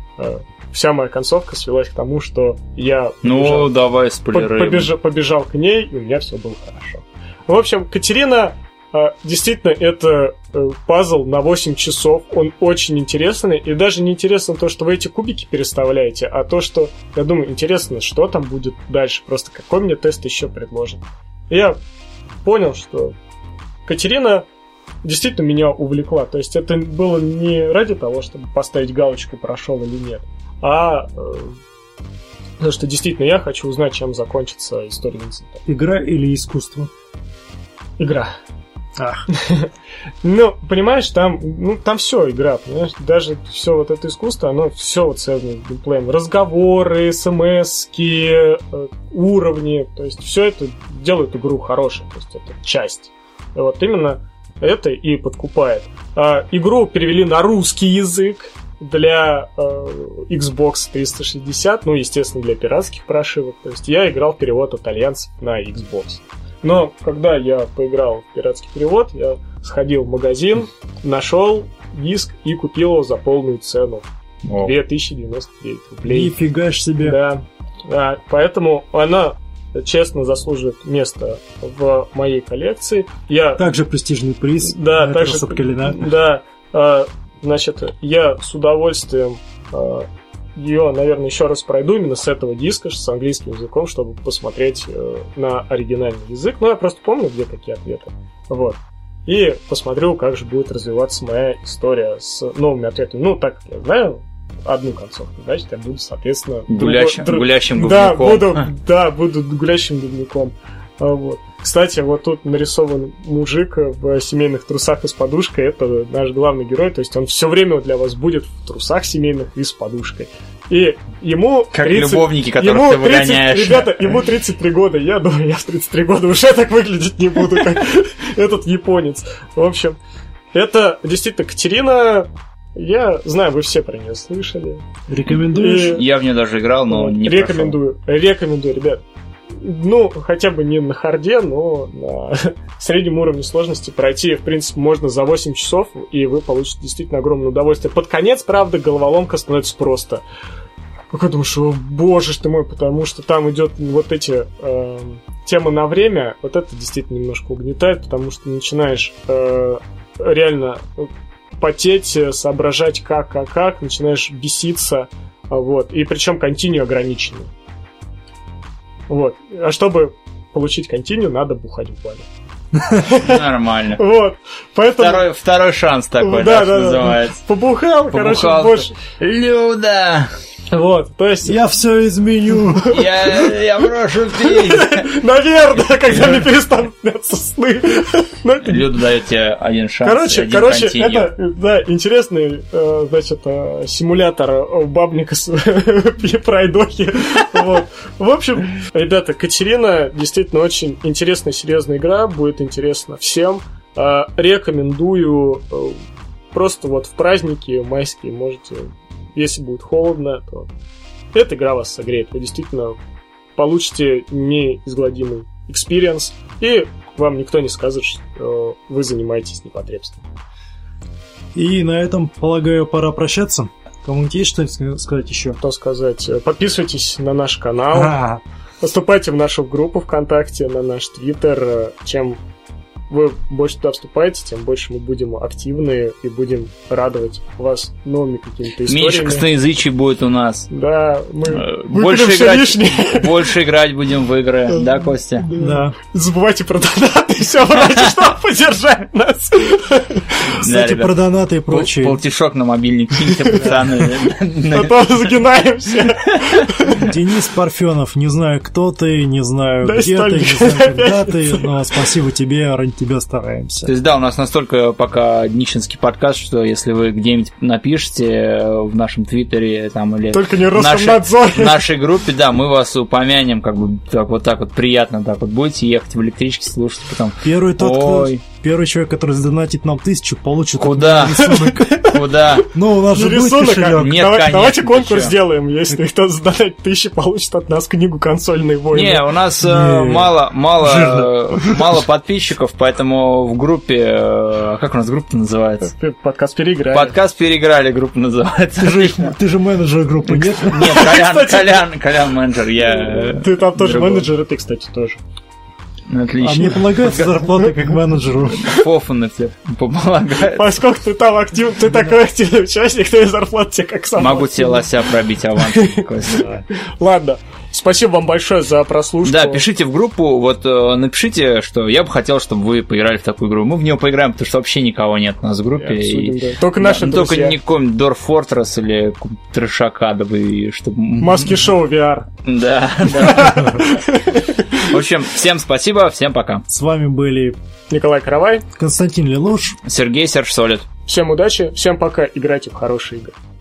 вся моя концовка свелась к тому, что я побежал, ну, давай спойлеры. Побежал, побежал к ней, и у меня все было хорошо. В общем, Катерина, действительно, это пазл на восемь часов, он очень интересный, и даже не интересно то, что вы эти кубики переставляете, а то, что, я думаю, интересно, что там будет дальше, просто какой мне тест еще предложен. И я понял, что Катерина действительно меня увлекла, то есть это было не ради того, чтобы поставить галочку, прошел или нет, а э, потому что действительно я хочу узнать, чем закончится история Винсента. Игра или искусство? Игра. Ах. Ну, понимаешь, там, ну, там все игра, понимаешь, даже все вот это искусство, оно все вот связано с геймплеем. Разговоры, смс-ки, уровни, то есть все это делает игру хорошей, то есть это часть. И вот именно это и подкупает. А, игру перевели на русский язык для э, Xbox триста шестьдесят, ну, естественно, для пиратских прошивок, то есть я играл в перевод итальянцев на Xbox. Но когда я поиграл в пиратский перевод, я сходил в магазин, нашел диск и купил его за полную цену. О. две тысячи девяносто девять рублей. Нифига ж себе. Да. Да. Поэтому она честно заслуживает места в моей коллекции. Я... Также престижный приз. Да, также... Да. А, значит, я с удовольствием... А, ее, наверное, еще раз пройду именно с этого диска, с английским языком, чтобы посмотреть э, на оригинальный язык. Ну, я просто помню, где какие ответы. Вот. И посмотрю, как же будет развиваться моя история с новыми ответами. Ну, так как я знаю одну концовку, значит, я буду, соответственно... Гулящим, друг... гулящим да, губником. буду, да, буду гулящим губником. Вот. Кстати, вот тут нарисован мужик в семейных трусах и с подушкой. Это наш главный герой. То есть он все время для вас будет в трусах семейных и с подушкой. И ему... Как тридцать... любовники, которых ему ты выгоняешь. тридцать... Ребята, ему тридцать три года. Я думаю, я в тридцать три года уже так выглядеть не буду, как этот японец. В общем, это действительно Катерина... Я знаю, вы все про нее слышали. Рекомендуешь? Я в нее даже играл, но не Рекомендую. Прошел. Рекомендую, ребят. Ну, хотя бы не на харде, но на среднем уровне сложности пройти, в принципе, можно за восемь часов, и вы получите действительно огромное удовольствие. Под конец, правда, головоломка становится просто... Как я думаю, что, боже ж ты мой, потому что там идет вот эти э, темы на время, вот это действительно немножко угнетает, потому что начинаешь э, реально потеть, соображать как, как, как, начинаешь беситься, вот, и причем континью ограниченный. Вот. А чтобы получить континью, надо бухать в бане. Нормально. Вот. Поэтому... Второй, второй шанс такой, да, да, да, называется. Побухал, Побухал, короче, больше. Люда! Вот, то есть... Я все изменю. Я, я брошу пить. Наверное, когда мне перестанут снятся сны. Люда дает тебе один шанс. Короче, один короче, континью. это, да, интересный, значит, симулятор бабника с пройдохи. Вот. В общем, ребята, Катерина действительно очень интересная, серьезная игра, будет интересно всем. Рекомендую просто вот в праздники майские можете... Если будет холодно, то эта игра вас согреет. Вы действительно получите неизгладимый экспириенс, и вам никто не скажет, что вы занимаетесь непотребством. И на этом, полагаю, пора прощаться. Кому-нибудь есть что-нибудь сказать еще? Что сказать? Подписывайтесь на наш канал, А-а-а. Вступайте в нашу группу ВКонтакте, на наш Твиттер. Чем вы больше туда вступаете, тем больше мы будем активны и будем радовать вас новыми какими-то историями. Меньше косноязычий будет у нас. Да, мы больше играть, больше играть будем в игры, да, Костя? Да. Не забывайте про донаты, все ради, чтобы поддержать нас. Кстати, про донаты и прочее. Полтишок на мобильник киньте, пацаны. А то загинаемся. Денис Парфенов, не знаю, кто ты, не знаю, да где ты, не знаю, когда ты, но спасибо тебе, ради тебя стараемся. То есть, да, у нас настолько пока днищенский подкаст, что если вы где-нибудь напишите в нашем твиттере там, или только не в нашей, в нашей группе, да, мы вас упомянем, как бы так вот так вот приятно так вот будете ехать в электричке, слушать потом. Первый тот, Ой. кто... Первый человек, который задонатит нам тысячу, получит Куда? рисунок. Куда? Ну, у нас же Не будет рисунок, а кошелек. Нет, давай- конечно, давайте ты конкурс чё? сделаем. Если кто задонатит тысячи, получит от нас книгу «Консольные войны». Не, у нас э, Не. мало, мало, Жирно. э, мало подписчиков, поэтому в группе, э, как у нас группа называется? Подкаст переиграли. Подкаст переиграли, группа называется. Ты же, ты же менеджер группы, нет? Нет, Колян, Кстати. Колян, Колян менеджер, я... э, Ты там тоже другой. менеджер, и ты, кстати, тоже. А мне Отлично. полагается зарплата как менеджеру. Фофаны тебе помогают. Поскольку ты там актив, ты такой активный участник, то и зарплата тебе как сам. Могу тебе лося пробить аванс. Ладно. Спасибо вам большое за прослушку. Да, пишите в группу, вот э, напишите, что я бы хотел, чтобы вы поиграли в такую игру. Мы в нее поиграем, потому что вообще никого нет у нас в И группе. обсудим, и- да. Только наши Ну, только друзья. не какой-нибудь Dwarf Fortress или какой-нибудь трешак адовый, чтобы... Маски шоу ви ар. Да, да. В общем, всем спасибо, всем пока. С вами были Николай Каравай. Константин Лелуш. Сергей Серж Солид. Всем удачи, всем пока. Играйте в хорошие игры.